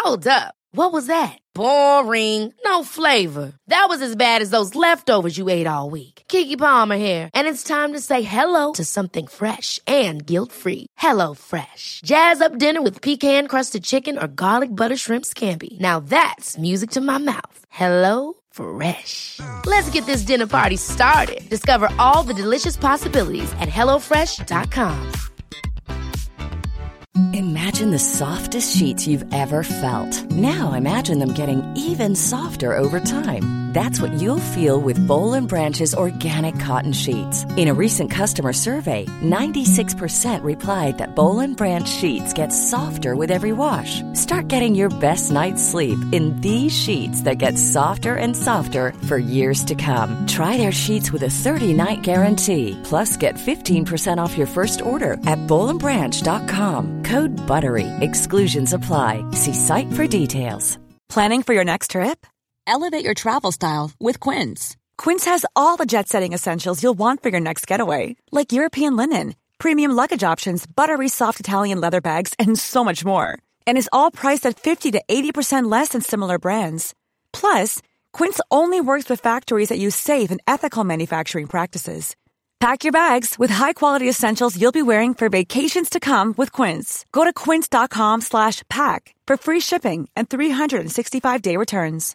Hold up. What was that? Boring. No flavor. That was as bad as those leftovers you ate all week. Keke Palmer here, and it's time to say hello to something fresh and guilt-free. Hello Fresh. Jazz up dinner with pecan-crusted chicken or garlic butter shrimp scampi. Now that's music to my mouth. Hello Fresh. Let's get this dinner party started. Discover all the delicious possibilities at hellofresh.com. Imagine the softest sheets you've ever felt. Now imagine them getting even softer over time. That's what you'll feel with Boll & Branch's organic cotton sheets. In a recent customer survey, 96% replied that Boll & Branch sheets get softer with every wash. Start getting your best night's sleep in these sheets that get softer and softer for years to come. Try their sheets with a 30-night guarantee. Plus, get 15% off your first order at bollandbranch.com. Code BUTTERY. Exclusions apply. See site for details. Planning for your next trip? Elevate your travel style with Quince. Quince has all the jet-setting essentials you'll want for your next getaway, like European linen, premium luggage options, buttery soft Italian leather bags, and so much more. And is all priced at 50 to 80% less than similar brands. Plus, Quince only works with factories that use safe and ethical manufacturing practices. Pack your bags with high-quality essentials you'll be wearing for vacations to come with Quince. Go to quince.com/pack for free shipping and 365-day returns.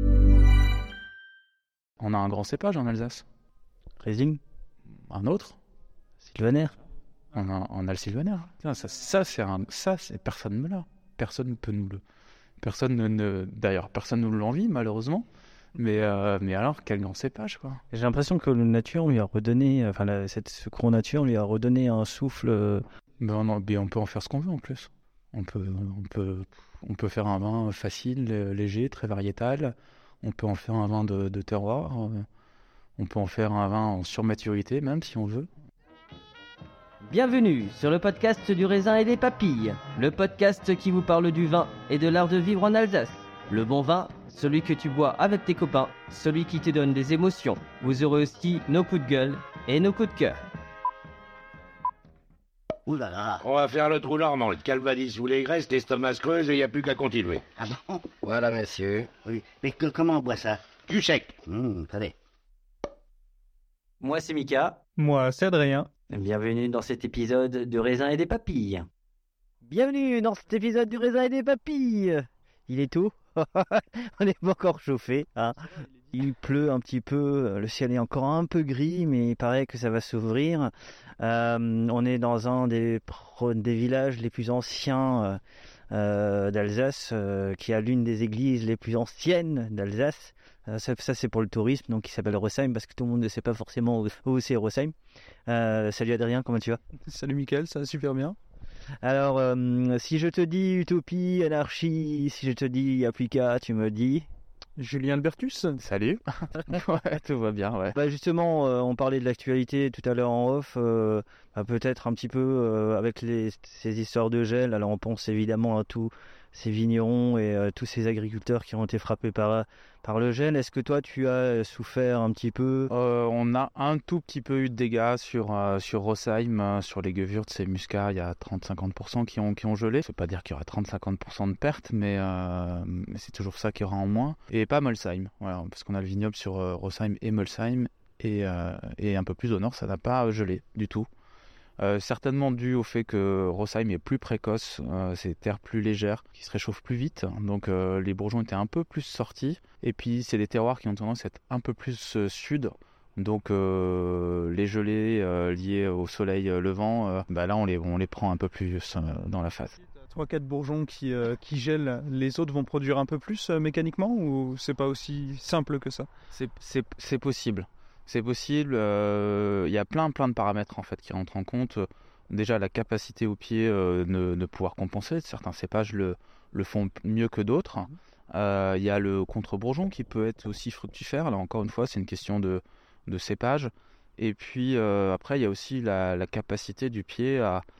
On a un grand cépage en Alsace. Riesling. Un autre. Sylvaner. On a le Sylvaner. Ça c'est personne ne l'a. Personne peut nous le. D'ailleurs, personne ne l'envie malheureusement. Mais alors, quel grand cépage, quoi. J'ai l'impression que la nature lui a redonné, ce cron nature lui a redonné un souffle. Mais on peut en faire ce qu'on veut en plus. On peut faire un vin facile, léger, très variétal. On peut en faire un vin de terroir. On peut en faire un vin en surmaturité, même si on veut. Bienvenue sur le podcast du raisin et des papilles, le podcast qui vous parle du vin et de l'art de vivre en Alsace. Le bon vin, celui que tu bois avec tes copains, celui qui te donne des émotions. Vous aurez aussi nos coups de gueule et nos coups de cœur. Ouh là là. On va faire le trou normand, le calvadis ou les graisses, l'estomac se creuse et il n'y a plus qu'à continuer. Ah bon? Voilà, monsieur. Oui. Mais comment on boit ça? Cul sec. Savez. Moi c'est Mika. Moi c'est Adrien. Bienvenue dans cet épisode de Raisin et des papilles. Bienvenue dans cet épisode du raisin et des papilles. Il est tôt. On n'est pas encore chauffé, hein. Il pleut un petit peu, le ciel est encore un peu gris, mais il paraît que ça va s'ouvrir. On est dans un des villages les plus anciens d'Alsace, qui a l'une des églises les plus anciennes d'Alsace. Ça c'est pour le tourisme, donc il s'appelle Rosheim, parce que tout le monde ne sait pas forcément où c'est Rosheim. Salut Adrien, comment tu vas? Salut Mickaël, ça va super bien. Alors, si je te dis utopie, anarchie, si je te dis applica, tu me dis... Julien Albertus. Salut. Ouais, tout va bien, ouais. Bah justement, on parlait de l'actualité tout à l'heure en off, peut-être un petit peu avec ces histoires de gel. Alors on pense évidemment à tous ces vignerons et tous ces agriculteurs qui ont été frappés par le gel. Est-ce que toi tu as souffert un petit peu? On a un tout petit peu eu de dégâts sur Rosheim, sur les Gewürz et Muscat. Il y a 30-50% qui ont gelé. Ça veut pas dire qu'il y aura 30-50% de pertes, mais c'est toujours ça qu'il y aura en moins. Et pas Molsheim, voilà, parce qu'on a le vignoble sur Rosheim et Molsheim, et un peu plus au nord, ça n'a pas gelé du tout. Certainement dû au fait que Rosheim est plus précoce, c'est des terres plus légères qui se réchauffent plus vite, donc les bourgeons étaient un peu plus sortis, et puis c'est des terroirs qui ont tendance à être un peu plus sud, donc les gelées liées au soleil levant, là on les prend un peu plus dans la face. 3-4 bourgeons qui gèlent, les autres vont produire un peu plus mécaniquement, ou c'est pas aussi simple que ça? C'est possible. C'est possible, il y a plein de paramètres en fait qui rentrent en compte. Déjà la capacité au pied de pouvoir compenser, certains cépages le font mieux que d'autres. Il y a le contre-bourgeon qui peut être aussi fructifère, là encore une fois c'est une question de cépage. Et puis après il y a aussi la capacité du pied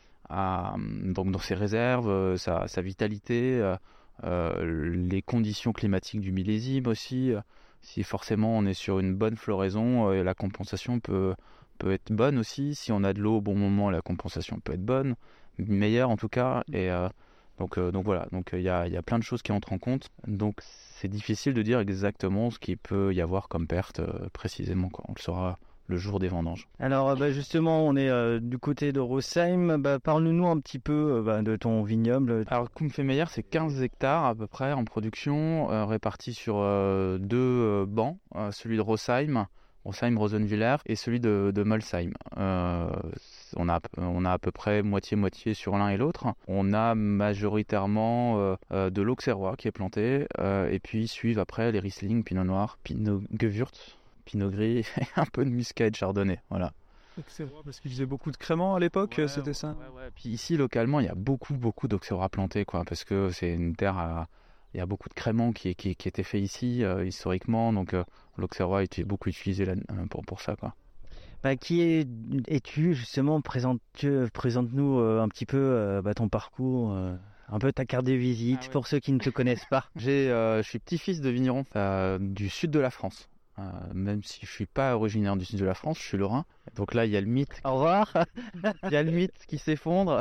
donc dans ses réserves, sa vitalité, les conditions climatiques du millésime aussi. Si forcément on est sur une bonne floraison, la compensation peut être bonne aussi. Si on a de l'eau au bon moment, la compensation peut être bonne, meilleure en tout cas. Et Donc voilà, il y a plein de choses qui entrent en compte. Donc c'est difficile de dire exactement ce qu'il peut y avoir comme perte précisément, quoi. On le saura le jour des vendanges. Alors justement, on est du côté de Rosheim. Parle-nous un petit peu de ton vignoble. Alors Kumpfemeyer, c'est 15 hectares à peu près en production, répartis sur deux bancs, celui de Rosheim, Rosenwiller, et celui de Molsheim. On a à peu près moitié-moitié sur l'un et l'autre. On a majoritairement de l'Auxerrois qui est planté, et puis suivent après les Riesling, Pinot Noir, Pinot Gewürz, Pinot Gris, et un peu de Muscat et de Chardonnay, voilà. Auxerrois, parce qu'ils faisaient beaucoup de créments à l'époque, c'était ça? Ouais. Puis ici, localement, il y a beaucoup d'Auxerrois plantés, quoi, parce que c'est une terre il y a beaucoup de créments qui étaient faits ici, historiquement, donc l'Auxerrois est beaucoup utilisé pour ça, quoi. Qui es-tu justement? Présente-nous un petit peu ton parcours, un peu ta carte de visite pour ceux qui ne te connaissent pas. Je suis petit-fils de vigneron du sud de la France. Même si je suis pas originaire du sud de la France, je suis lorrain. Donc là, il y a le mythe. Au revoir. Il y a le mythe qui s'effondre.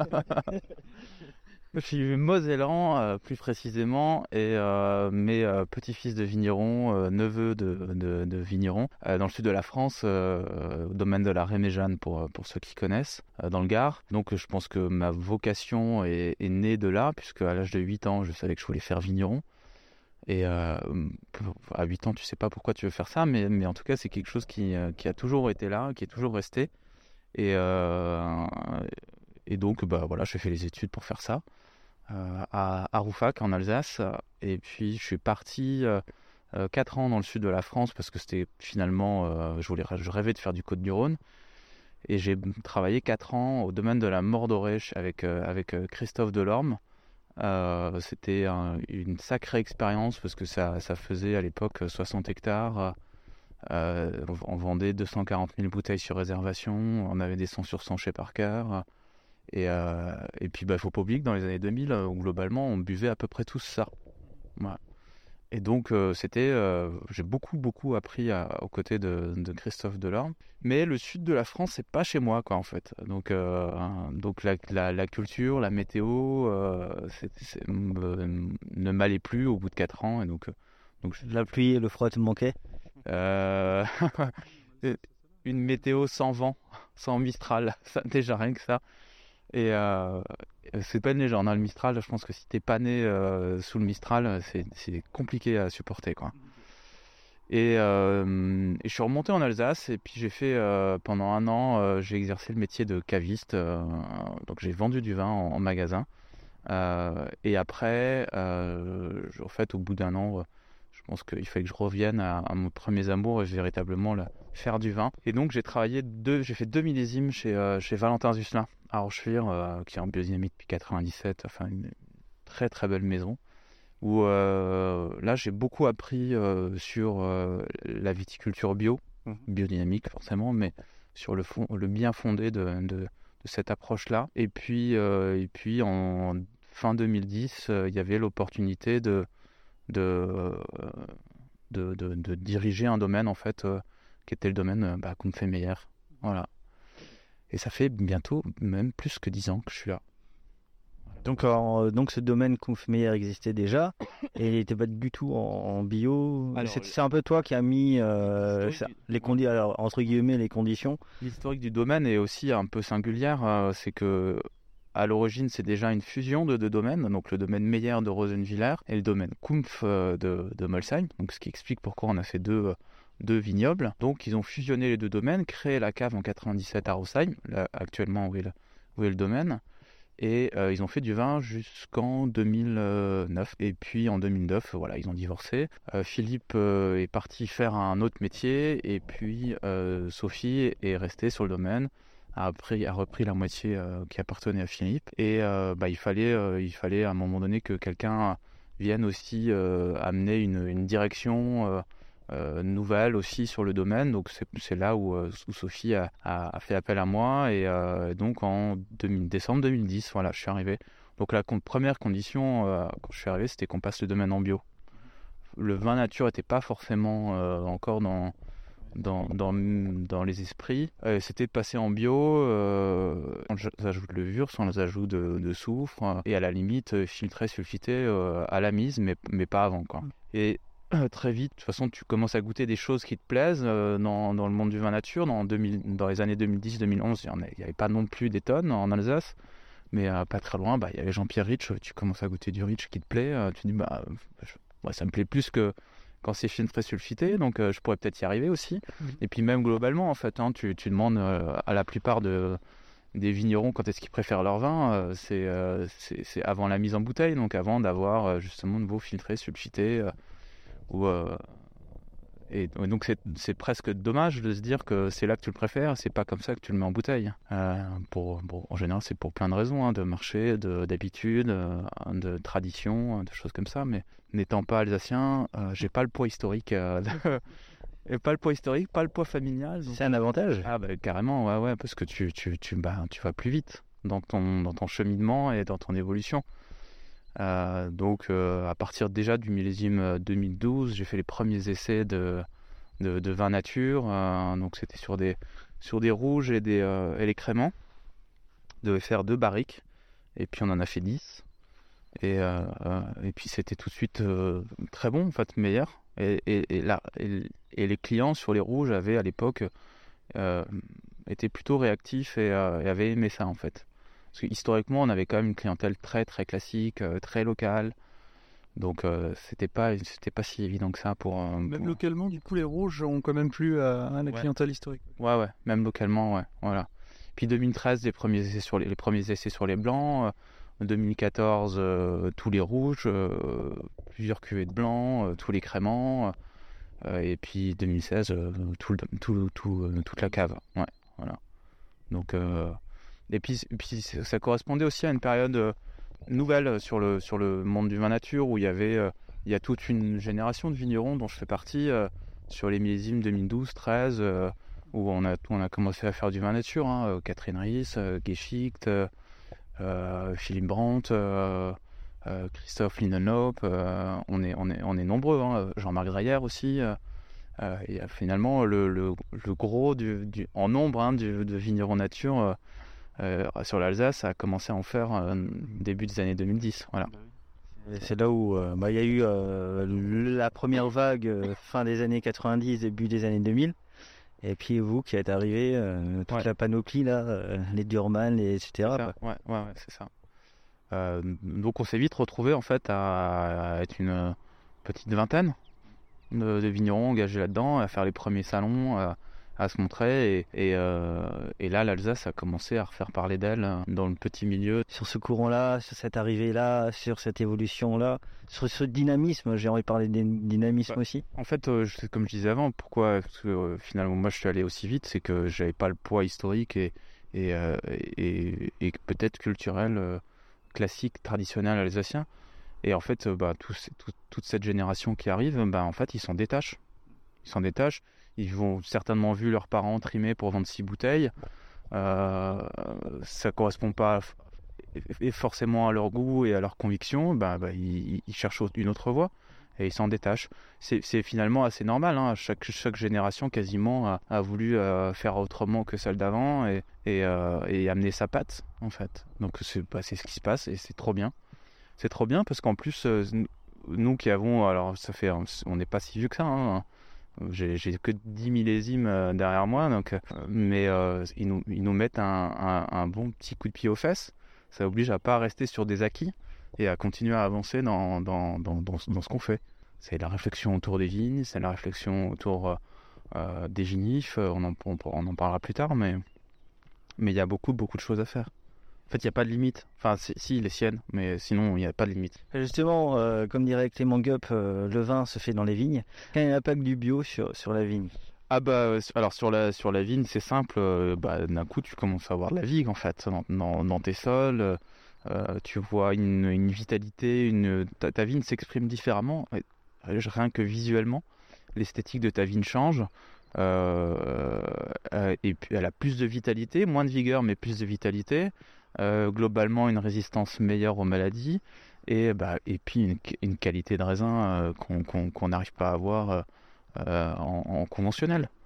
Je suis mosellan, plus précisément, et mes petits-fils de vignerons, neveux de vignerons, dans le sud de la France, au domaine de la Réméjane pour ceux qui connaissent, dans le Gard. Donc je pense que ma vocation est née de là, puisque à l'âge de 8 ans, je savais que je voulais faire vigneron. Et à 8 ans, tu sais pas pourquoi tu veux faire ça, mais en tout cas, c'est quelque chose qui a toujours été là, qui est toujours resté. Et donc, voilà, j'ai fait les études pour faire ça. À Rouffach en Alsace, et puis je suis parti 4 ans dans le sud de la France parce que c'était finalement je rêvais de faire du Côtes-du-Rhône, et j'ai travaillé 4 ans au domaine de la Mordorée avec Christophe Delorme. C'était une sacrée expérience parce que ça faisait à l'époque 60 hectares. On vendait 240 000 bouteilles sur réservation, on avait des 100 sur 100 chez Parker. Et puis, faut pas oublier que dans les années 2000, globalement, on buvait à peu près tous ça. Voilà. Et donc, j'ai beaucoup appris aux côtés de Christophe Delorme. Mais le sud de la France, c'est pas chez moi, quoi, en fait. Donc la culture, la météo, ne m'allait plus au bout de 4 ans. Et donc la pluie et le froid te manquaient? Une météo sans vent, sans Mistral, ça, déjà rien que ça. Et c'est pas une légende, hein, le Mistral. Je pense que si t'es pas né sous le Mistral, c'est compliqué à supporter, quoi. Et je suis remonté en Alsace, et puis j'ai fait pendant 1 an, j'ai exercé le métier de caviste. Donc j'ai vendu du vin en magasin. Et après, en fait, au bout d'1 an, je pense qu'il fallait que je revienne à mon premier amour, et véritablement faire du vin. Et donc j'ai fait 2 millésimes chez Valentin Zuslin à Rochefort, qui est en biodynamique depuis 97, enfin une très très belle maison, où là j'ai beaucoup appris sur la viticulture biodynamique forcément, mais sur le bien fondé de cette approche-là. Et puis en fin 2010, il y avait l'opportunité de diriger un domaine, en fait, qui était le domaine Kumpfemeyer. Voilà. Et ça fait bientôt même plus que 10 ans que je suis là. Donc ce domaine Kumpfemeyer existait déjà, et il n'était pas du tout en bio. Alors, c'est un peu toi qui as mis entre guillemets les conditions. L'historique du domaine est aussi un peu singulière. C'est que à l'origine, c'est déjà une fusion de 2 domaines, donc le domaine Meyer de Rosenwiller et le domaine Kumpf de Molsheim. Donc ce qui explique pourquoi on a fait deux vignobles. Donc ils ont fusionné les 2 domaines, créé la cave en 97 à Rosheim, là, actuellement où est le domaine. Et ils ont fait du vin jusqu'en 2009. Et puis en 2009, voilà, ils ont divorcé. Philippe est parti faire un autre métier, et puis Sophie est restée sur le domaine, a repris la moitié qui appartenait à Philippe. Et il fallait à un moment donné que quelqu'un vienne aussi amener une direction nouvelle aussi sur le domaine. Donc c'est là où Sophie a fait appel à moi, et donc en décembre 2010, voilà, je suis arrivé. Donc la première condition quand je suis arrivé, c'était qu'on passe le domaine en bio. Le vin nature n'était pas forcément encore dans les esprits, c'était de passer en bio, sans ajout de levure, sans ajout de soufre, et à la limite filtré, sulfité à la mise, mais pas avant, quoi. Et très vite, de toute façon, tu commences à goûter des choses qui te plaisent dans le monde du vin nature. Dans les années 2010-2011, il n'y avait pas non plus des tonnes en Alsace, mais pas très loin, il y avait Jean-Pierre Rich. Tu commences à goûter du Rich qui te plaît, tu dis ça me plaît plus que quand c'est filtré sulfité, donc je pourrais peut-être y arriver aussi. Et puis même globalement, en fait, tu demandes à la plupart des vignerons quand est-ce qu'ils préfèrent leur vin, c'est avant la mise en bouteille, donc avant d'avoir justement de veaux filtrés, sulfités. Et donc c'est presque dommage de se dire que c'est là que tu le préfères, c'est pas comme ça que tu le mets en bouteille. En général, c'est pour plein de raisons, de marché, d'habitude, de tradition, de choses comme ça. Mais n'étant pas alsacien, j'ai pas le poids historique. Et pas le poids historique, pas le poids familial. Donc... C'est un avantage. Ah carrément, ouais, parce que tu vas plus vite dans ton cheminement et dans ton évolution. Donc à partir déjà du millésime 2012, j'ai fait les premiers essais de vin nature. Donc c'était sur des rouges et les créments. On devait faire 2 barriques et puis on en a fait 10. Et puis c'était tout de suite très bon, en fait, meilleur. Et les clients sur les rouges avaient à l'époque été plutôt réactifs et avaient aimé ça, en fait. Parce que historiquement, on avait quand même une clientèle très très classique, très locale. Donc c'était pas si évident que ça pour... Même localement, du coup, les rouges ont quand même plu à la clientèle historique. Ouais, même localement, ouais, voilà. Puis 2013, les premiers essais sur les blancs. 2014, tous les rouges, plusieurs cuvées de blanc, tous les créments. Et puis 2016, toute la cave. Ouais, voilà. Donc... Et puis ça correspondait aussi à une période nouvelle sur le monde du vin nature où il y a toute une génération de vignerons dont je fais partie sur les millésimes 2012-13 où on a commencé à faire du vin nature. Catherine Ries, Geschicht, Philippe Brandt, Christophe Lindenloop, on est nombreux. Jean-Marc Dreyer aussi. Et finalement le gros en nombre de vignerons nature. Sur l'Alsace, a commencé à en faire début des années 2010. Voilà. C'est là où il y a eu la première vague fin des années 90, début des années 2000. Et puis vous qui êtes arrivé, toute la panoplie, là, les Durman, etc. Ouais, c'est ça. Donc on s'est vite retrouvé en fait à être une petite vingtaine de vignerons engagés là-dedans, à faire les premiers salons, à se montrer et là l'Alsace a commencé à refaire parler d'elle dans le petit milieu. Sur ce courant-là, sur cette arrivée-là, sur cette évolution-là, sur ce dynamisme, j'ai envie de parler de dynamisme aussi. En fait, comme je disais avant, pourquoi parce que, finalement moi je suis allé aussi vite, c'est que j'avais pas le poids historique et peut-être culturel, classique, traditionnel alsacien. Et en fait, toute cette génération qui arrive, en fait, ils s'en détachent. Ils vont certainement vu leurs parents trimer pour vendre 6 bouteilles. Ça correspond pas forcément à leur goût et à leurs convictions. Ils cherchent une autre voie et ils s'en détachent. C'est finalement assez normal. Chaque génération quasiment a voulu faire autrement que celle d'avant et amener sa patte en fait. Donc c'est ce qui se passe et c'est trop bien. C'est trop bien parce qu'en plus nous qui avons, alors on n'est pas si vieux que ça. J'ai que 10 millésimes derrière moi, donc, mais ils nous mettent un bon petit coup de pied aux fesses. Ça oblige à pas rester sur des acquis et à continuer à avancer dans ce qu'on fait. C'est la réflexion autour des vignes, c'est la réflexion autour des vinifs. On en parlera plus tard, mais il y a beaucoup de choses à faire. En fait, il n'y a pas de limite. Enfin, si, les siennes, mais sinon, il n'y a pas de limite. Justement, comme dirait Clément Gup, le vin se fait dans les vignes. Quel est l'impact du bio sur la vigne ? Alors sur la vigne, c'est simple. D'un coup, tu commences à avoir de la vigne, en fait, dans tes sols. Tu vois une vitalité, ta vigne s'exprime différemment. Rien que visuellement, l'esthétique de ta vigne change. Et puis, elle a plus de vitalité, moins de vigueur, mais plus de vitalité. Globalement une résistance meilleure aux maladies et puis une qualité de raisin qu'on n'arrive pas à avoir en conventionnel.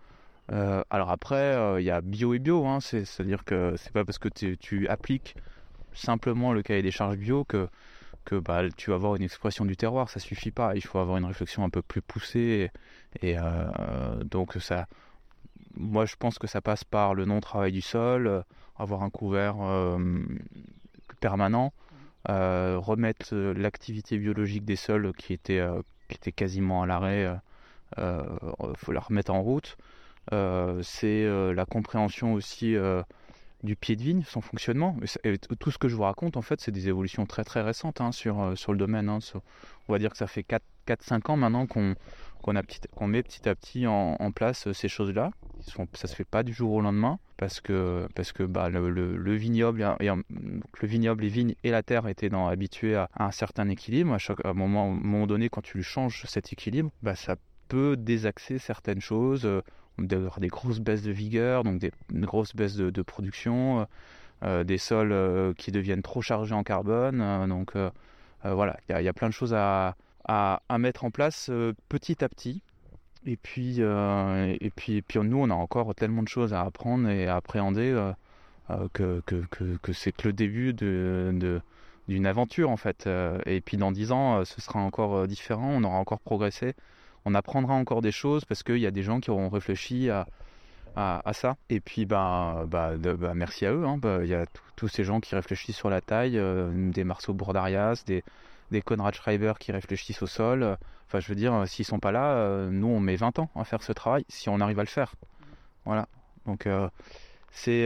Alors après, il y a bio et bio, hein, c'est-à-dire que c'est pas parce que tu appliques simplement le cahier des charges bio que tu vas avoir une expression du terroir, ça suffit pas, il faut avoir une réflexion un peu plus poussée et donc moi je pense que ça passe par le non-travail du sol, avoir un couvert permanent, remettre l'activité biologique des sols qui était quasiment à l'arrêt, faut la remettre en route. C'est la compréhension aussi du pied de vigne, son fonctionnement. Et tout ce que je vous raconte, en fait, c'est des évolutions très très récentes hein, sur le domaine. Hein. On va dire que ça fait 4-5 ans maintenant qu'on met petit à petit en place ces choses-là. Ça se fait pas du jour au lendemain parce que le vignoble, le vignoble, les vignes et la terre étaient habitués à un certain équilibre. À un moment donné, quand tu changes cet équilibre, ça peut désaxer certaines choses. D'avoir des grosses baisses de vigueur, donc des grosses baisses de production, des sols qui deviennent trop chargés en carbone. Voilà, il y a plein de choses à mettre en place petit à petit. Et puis nous, on a encore tellement de choses à apprendre et à appréhender que c'est que le début d'une aventure en fait. Et puis dans 10 ans, ce sera encore différent, on aura encore progressé. On apprendra encore des choses parce qu'il y a des gens qui auront réfléchi à ça. Et puis, merci à eux. Hein. Il y a tous ces gens qui réfléchissent sur la taille, des Marceau Bourdarias, des Konrad Schreiber qui réfléchissent au sol. Enfin, je veux dire, s'ils sont pas là, nous, on met 20 ans à faire ce travail, si on arrive à le faire. Voilà. Donc, c'est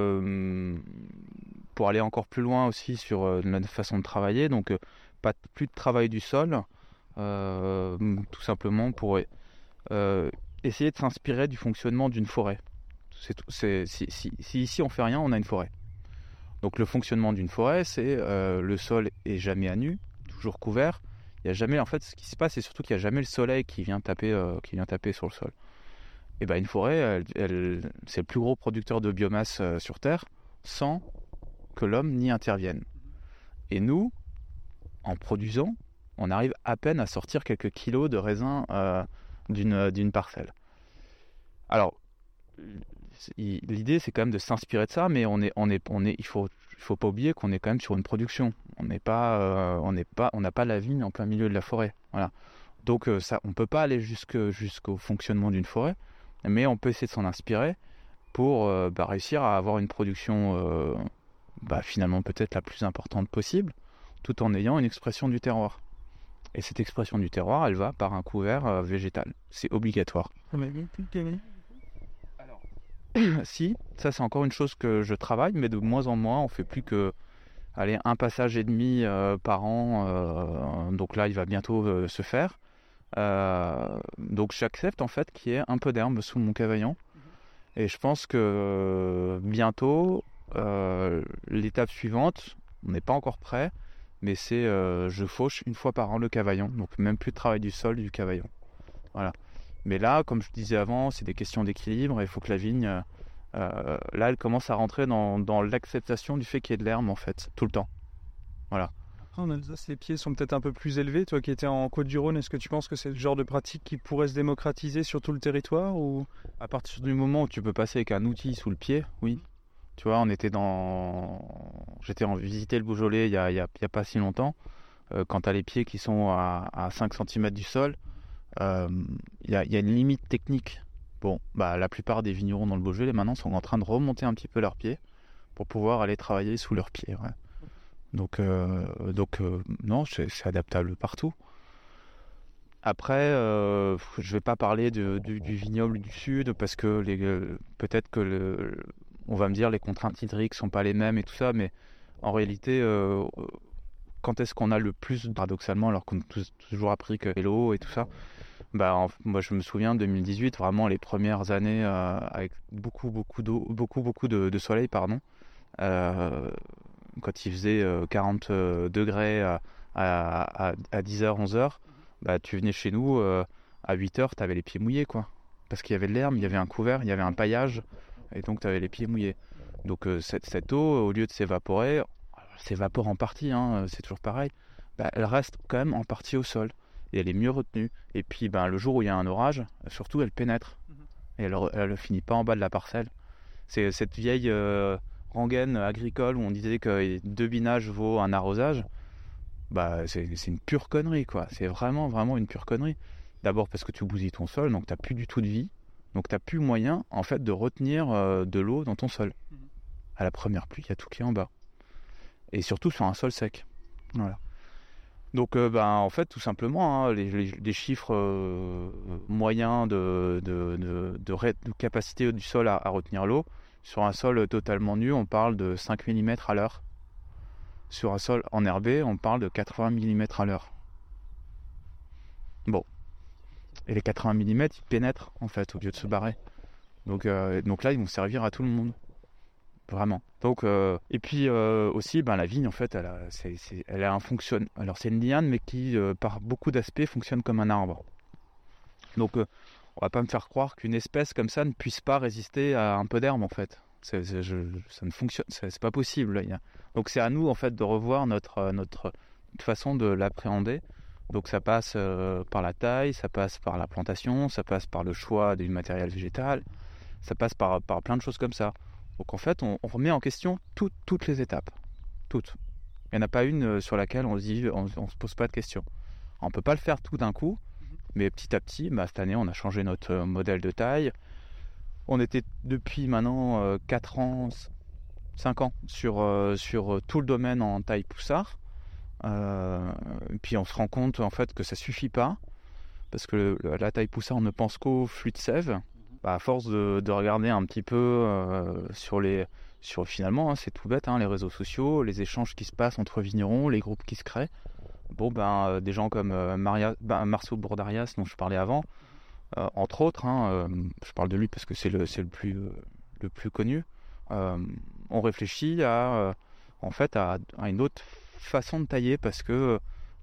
pour aller encore plus loin aussi sur notre façon de travailler. Donc, plus de travail du sol. Tout simplement pour essayer de s'inspirer du fonctionnement d'une forêt. Si ici on fait rien, on a une forêt. Donc le fonctionnement d'une forêt, c'est le sol est jamais à nu, toujours couvert. Il y a jamais, en fait, ce qui se passe, c'est surtout qu'il n'y a jamais le soleil qui vient taper sur le sol. Et une forêt, c'est le plus gros producteur de biomasse sur Terre, sans que l'homme n'y intervienne. Et nous, en produisant, on arrive à peine à sortir quelques kilos de raisin d'une parcelle. Alors, l'idée c'est quand même de s'inspirer de ça, mais il faut pas oublier qu'on est quand même sur une production. On n'a pas la vigne en plein milieu de la forêt. Voilà. Donc ça, on peut pas aller jusqu'au fonctionnement d'une forêt, mais on peut essayer de s'en inspirer pour réussir à avoir une production finalement peut-être la plus importante possible, tout en ayant une expression du terroir. Et cette expression du terroir, elle va par un couvert végétal. C'est obligatoire. Alors, si, ça c'est encore une chose que je travaille, mais de moins en moins. On fait plus que un passage et demi par an. Donc là, il va bientôt se faire. Donc j'accepte en fait qu'il y ait un peu d'herbe sous mon cavaillon. Et je pense que bientôt, l'étape suivante, on n'est pas encore prêt. Mais c'est je fauche une fois par an le cavaillon, donc même plus de travail du sol, du cavaillon. Voilà. Mais là, comme je disais avant, c'est des questions d'équilibre et il faut que la vigne, là, elle commence à rentrer dans l'acceptation du fait qu'il y ait de l'herbe en fait, tout le temps. Voilà. Après, en Alsace, les pieds sont peut-être un peu plus élevés. Toi qui étais en Côte-du-Rhône, est-ce que tu penses que c'est le genre de pratique qui pourrait se démocratiser sur tout le territoire ou... À partir du moment où tu peux passer avec un outil sous le pied, oui. Tu vois, j'étais en visiter le Beaujolais il y a pas si longtemps. Quand tu as les pieds qui sont à 5 cm du sol, il y a une limite technique. Bon, la plupart des vignerons dans le Beaujolais maintenant sont en train de remonter un petit peu leurs pieds pour pouvoir aller travailler sous leurs pieds. Ouais. Donc non, c'est adaptable partout. Après, je vais pas parler du vignoble du sud parce que peut-être que on va me dire les contraintes hydriques sont pas les mêmes et tout ça, mais en réalité, quand est-ce qu'on a le plus, paradoxalement, alors qu'on a toujours appris que l'eau et tout ça, moi je me souviens 2018, vraiment les premières années avec beaucoup d'eau, beaucoup de soleil, pardon, quand il faisait 40 degrés à 10h, 11h, tu venais chez nous à 8h, tu avais les pieds mouillés, quoi, parce qu'il y avait de l'herbe, il y avait un couvert, il y avait un paillage. Et donc tu avais les pieds mouillés. Donc cette eau, au lieu de s'évaporer, elle s'évapore en partie, hein, c'est toujours pareil, elle reste quand même en partie au sol. Et elle est mieux retenue. Et puis le jour où il y a un orage, surtout elle pénètre. et elle ne finit pas en bas de la parcelle. C'est cette vieille rengaine agricole où on disait que 2 binages vaut un arrosage. Bah, c'est une pure connerie, quoi. C'est vraiment, vraiment une pure connerie. D'abord parce que tu bousilles ton sol, donc tu n'as plus du tout de vie. Donc tu n'as plus moyen, en fait, de retenir de l'eau dans ton sol. À la première pluie, il y a tout qui est en bas. Et surtout sur un sol sec. Voilà. Donc, en fait, tout simplement, hein, les chiffres moyens de capacité du sol à retenir l'eau, sur un sol totalement nu, on parle de 5 mm à l'heure. Sur un sol enherbé, on parle de 80 mm à l'heure. Bon. Et les 80 mm, ils pénètrent, en fait, au lieu de se barrer. Donc là, ils vont servir à tout le monde. Vraiment. Donc, et puis aussi, la vigne, en fait, elle a un fonctionnement. Alors, c'est une liane, mais qui, par beaucoup d'aspects, fonctionne comme un arbre. Donc, on va pas me faire croire qu'une espèce comme ça ne puisse pas résister à un peu d'herbe, en fait. Ça ne fonctionne, c'est pas possible. Donc, c'est à nous, en fait, de revoir notre façon de l'appréhender. Donc, ça passe par la taille, ça passe par la plantation, ça passe par le choix du matériel végétal, ça passe par plein de choses comme ça. Donc en fait, on remet en question toutes les étapes. Toutes. Il n'y en a pas une sur laquelle on se pose pas de questions. On ne peut pas le faire tout d'un coup, mais petit à petit, cette année, on a changé notre modèle de taille. On était depuis maintenant 4 ans, 5 ans sur tout le domaine en taille poussard. Puis on se rend compte en fait que ça ne suffit pas, parce que la taille poussard, on ne pense qu'au flux de sève. À force de regarder un petit peu sur finalement, hein, c'est tout bête, hein, les réseaux sociaux, les échanges qui se passent entre vignerons, les groupes qui se créent. Des gens comme Marceau Bourdarias, dont je parlais avant, entre autres, hein, je parle de lui parce que c'est le plus connu. On réfléchit à une autre façon de tailler, parce que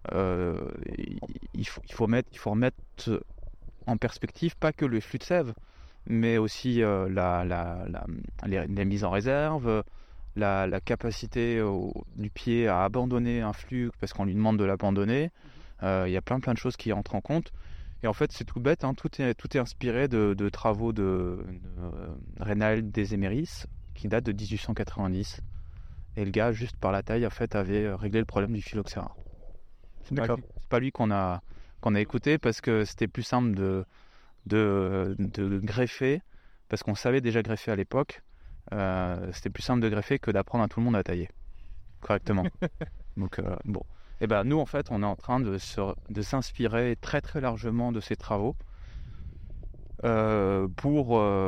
il faut remettre en perspective pas que le flux de sève, mais aussi les mises en réserve, la capacité du pied à abandonner un flux parce qu'on lui demande de l'abandonner. Il y a plein de choses qui entrent en compte. Et en fait, c'est tout bête, hein, tout est inspiré de travaux de Reynald Desemeris, qui date de 1890. Et le gars, juste par la taille, en fait, avait réglé le problème du phylloxéra. C'est pas lui qu'on a écouté, parce que c'était plus simple de greffer, parce qu'on savait déjà greffer à l'époque. C'était plus simple de greffer que d'apprendre à tout le monde à tailler correctement. Donc bon, et nous en fait, on est en train de s'inspirer très très largement de ces travaux pour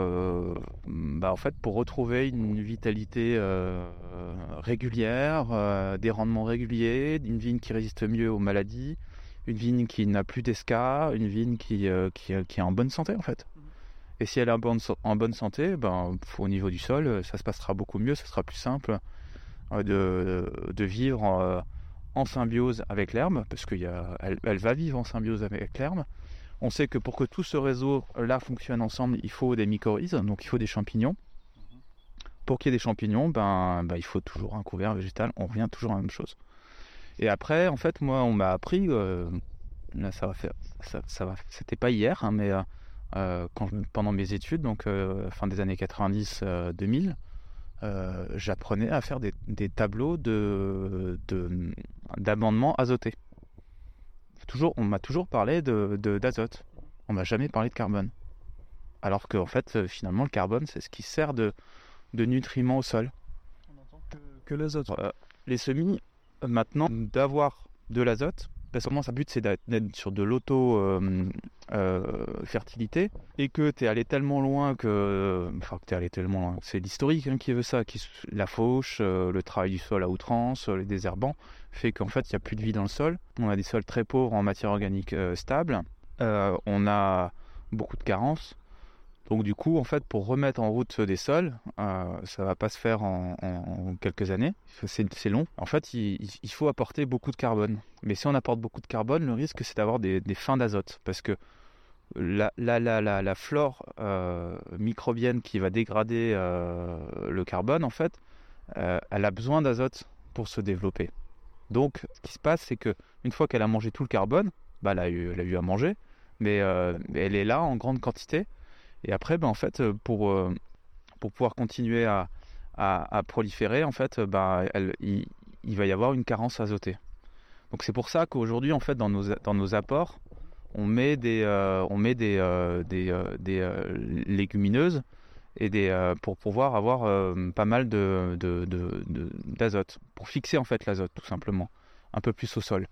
retrouver une vitalité régulière, des rendements réguliers, une vigne qui résiste mieux aux maladies, une vigne qui n'a plus d'esca, une vigne qui est en bonne santé en fait. Et si elle est en bonne santé, au niveau du sol, ça se passera beaucoup mieux, ça sera plus simple de vivre en symbiose avec l'herbe, parce qu'elle va vivre en symbiose avec l'herbe. On sait que pour que tout ce réseau-là fonctionne ensemble, il faut des mycorhizes, donc il faut des champignons. Pour qu'il y ait des champignons, il faut toujours un couvert végétal, on revient toujours à la même chose. Et après, en fait, moi, on m'a appris, là, c'était pas hier, hein, mais pendant mes études, donc fin des années 90-2000, j'apprenais à faire des tableaux d'amendement azoté. On m'a toujours parlé d'azote. On m'a jamais parlé de carbone. Alors qu'en fait, finalement, le carbone, c'est ce qui sert de nutriments au sol. On entend que l'azote. Les semis, maintenant, d'avoir de l'azote, parce que moi, sa but, c'est d'être sur de l'auto-fertilité, et que tu es allé tellement loin c'est l'historique qui veut ça, la fauche, le travail du sol à outrance, les désherbants, fait qu'en fait, il n'y a plus de vie dans le sol. On a des sols très pauvres en matière organique stable, on a beaucoup de carences. Donc du coup, en fait, pour remettre en route des sols, ça va pas se faire en quelques années, c'est long. En fait, il faut apporter beaucoup de carbone. Mais si on apporte beaucoup de carbone, le risque, c'est d'avoir des fins d'azote. Parce que la flore microbienne qui va dégrader le carbone, en fait, elle a besoin d'azote pour se développer. Donc, ce qui se passe, c'est qu'une fois qu'elle a mangé tout le carbone, elle a eu à manger, mais elle est là en grande quantité. Et après, en fait, pour pouvoir continuer à proliférer, en fait, il va y avoir une carence azotée. Donc c'est pour ça qu'aujourd'hui, en fait, dans nos apports, on met des légumineuses et pour pouvoir avoir pas mal d'azote, pour fixer en fait l'azote tout simplement, un peu plus au sol.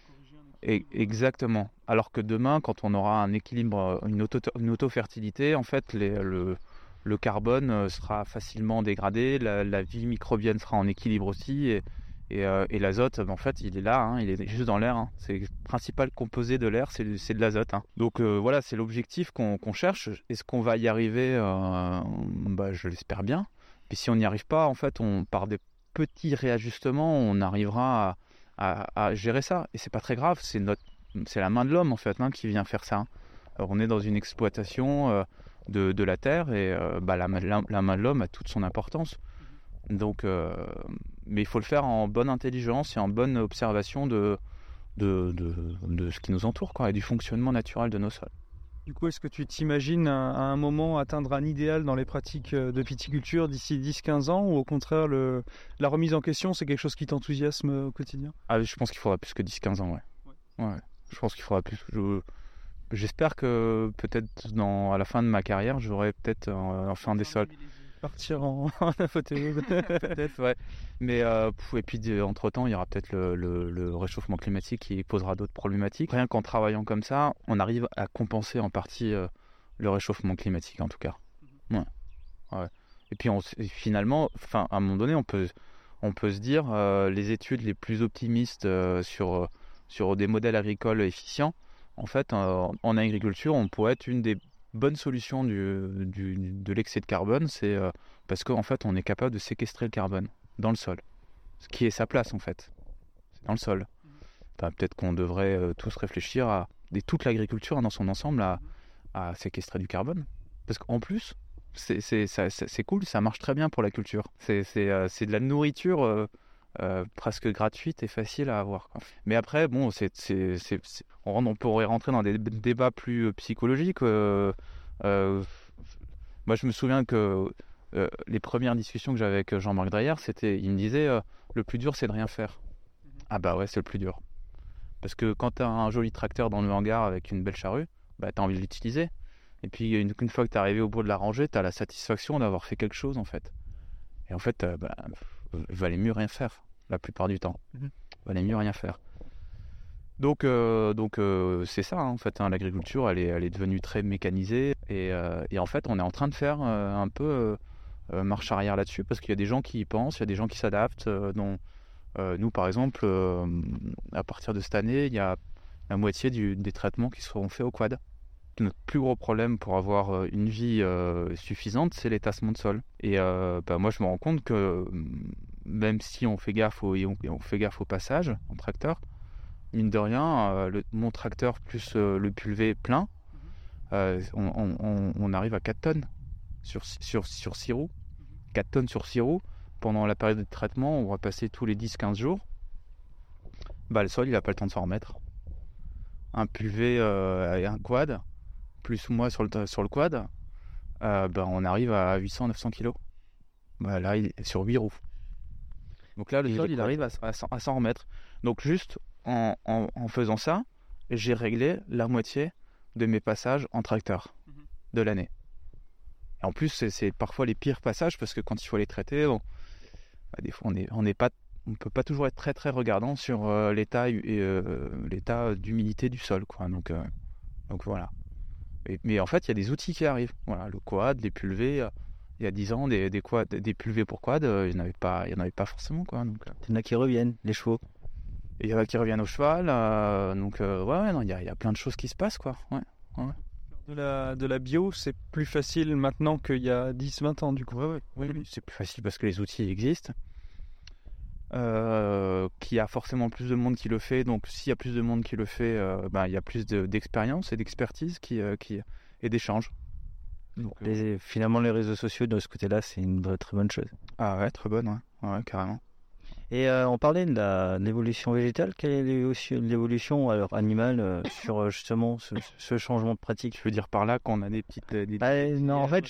Exactement. Alors que demain, quand on aura un équilibre, une auto-fertilité, en fait, le carbone sera facilement dégradé, la vie microbienne sera en équilibre aussi, et l'azote, en fait, il est là, hein, il est juste dans l'air. Hein. C'est le principal composé de l'air, c'est de l'azote. Hein. Donc voilà, c'est l'objectif qu'on cherche. Est-ce qu'on va y arriver je l'espère bien. Puis si on n'y arrive pas, en fait, par des petits réajustements, on arrivera à gérer ça. Et c'est pas très grave, c'est la main de l'homme, en fait, hein, qui vient faire ça. Alors, on est dans une exploitation de la terre, et la main de l'homme a toute son importance. Donc, mais il faut le faire en bonne intelligence et en bonne observation de ce qui nous entoure, quoi, et du fonctionnement naturel de nos sols. Du coup, est-ce que tu t'imagines à un moment atteindre un idéal dans les pratiques de viticulture d'ici 10-15 ans, ou au contraire, la remise en question, c'est quelque chose qui t'enthousiasme au quotidien ? Je pense qu'il faudra plus que 10-15 ans, ouais. Je pense qu'il faudra plus. J'espère que peut-être à la fin de ma carrière, j'aurai peut-être enfin des sols. Partir en apothéose. Peut-être, ouais. Mais et puis entre-temps, il y aura peut-être le réchauffement climatique qui posera d'autres problématiques. Rien qu'en travaillant comme ça, on arrive à compenser en partie le réchauffement climatique, en tout cas. Ouais. Et puis finalement, à un moment donné, on peut se dire les études les plus optimistes sur des modèles agricoles efficients. En fait, en agriculture, on pourrait être une des bonne solution de l'excès de carbone, c'est parce qu'en fait on est capable de séquestrer le carbone dans le sol, ce qui est sa place en fait, c'est dans le sol. Peut-être qu'on devrait tous réfléchir toute l'agriculture dans son ensemble à séquestrer du carbone, parce qu'en plus c'est cool, ça marche très bien pour la culture, c'est de la nourriture presque gratuite et facile à avoir, quoi. Mais après, bon, on pourrait rentrer dans des débats plus psychologiques. Moi, je me souviens que les premières discussions que j'avais avec Jean-Marc Dreyer, il me disait le plus dur, c'est de rien faire. Ah bah ouais, c'est le plus dur. Parce que quand tu as un joli tracteur dans le hangar avec une belle charrue, tu as envie de l'utiliser. Et puis, une fois que tu es arrivé au bout de la rangée, tu as la satisfaction d'avoir fait quelque chose, en fait. Et en fait, valait mieux rien faire. La plupart du temps, valait mieux rien faire. Donc c'est ça, hein, en fait, hein, l'agriculture, elle est devenue très mécanisée, et en fait, on est en train de faire un peu marche arrière là-dessus, parce qu'il y a des gens qui y pensent, il y a des gens qui s'adaptent. Nous, par exemple, à partir de cette année, il y a la moitié des traitements qui seront faits au quad. Notre plus gros problème pour avoir une vie suffisante, c'est les tassements de sol. Et moi, je me rends compte que même si on fait gaffe au passage en tracteur, mine de rien, mon tracteur plus le pulvé plein, on arrive à 4 tonnes sur 6 roues. 4 tonnes sur 6 roues. Pendant la période de traitement, on va passer tous les 10-15 jours. Le sol, il n'a pas le temps de s'en remettre. Un pulvé et un quad, plus moi sur le quad, on arrive à 800-900 kg. Là, il est sur 8 roues. Donc là, le sol, il arrive à s'en remettre. Donc juste en faisant ça, j'ai réglé la moitié de mes passages en tracteur de l'année. Et en plus, c'est parfois les pires passages, parce que quand il faut les traiter, des fois, on ne peut pas toujours être très très regardant sur l'état d'humidité du sol, quoi. Donc voilà. Mais en fait, il y a des outils qui arrivent. Voilà, le quad, les pulvés. Il y a 10 ans, des pulvés pour quad, il n'y en avait pas forcément, quoi. Il y en a qui reviennent, les chevaux. Et il y en a qui reviennent au cheval. Il y a plein de choses qui se passent, quoi. Ouais. De la bio, c'est plus facile maintenant qu'il y a 10-20 ans, du coup. Oui, c'est plus facile parce que les outils existent. Qu'il y a forcément plus de monde qui le fait. Donc, s'il y a plus de monde qui le fait, il y a plus d'expérience et d'expertise et d'échanges. Finalement, les réseaux sociaux, de ce côté-là, c'est une très bonne chose. Ah ouais, très bonne, ouais, carrément. Et on parlait de l'évolution végétale. Quelle est l'évolution alors, animale sur justement ce changement de pratique? Je veux dire par là qu'on a des petites... non, en fait,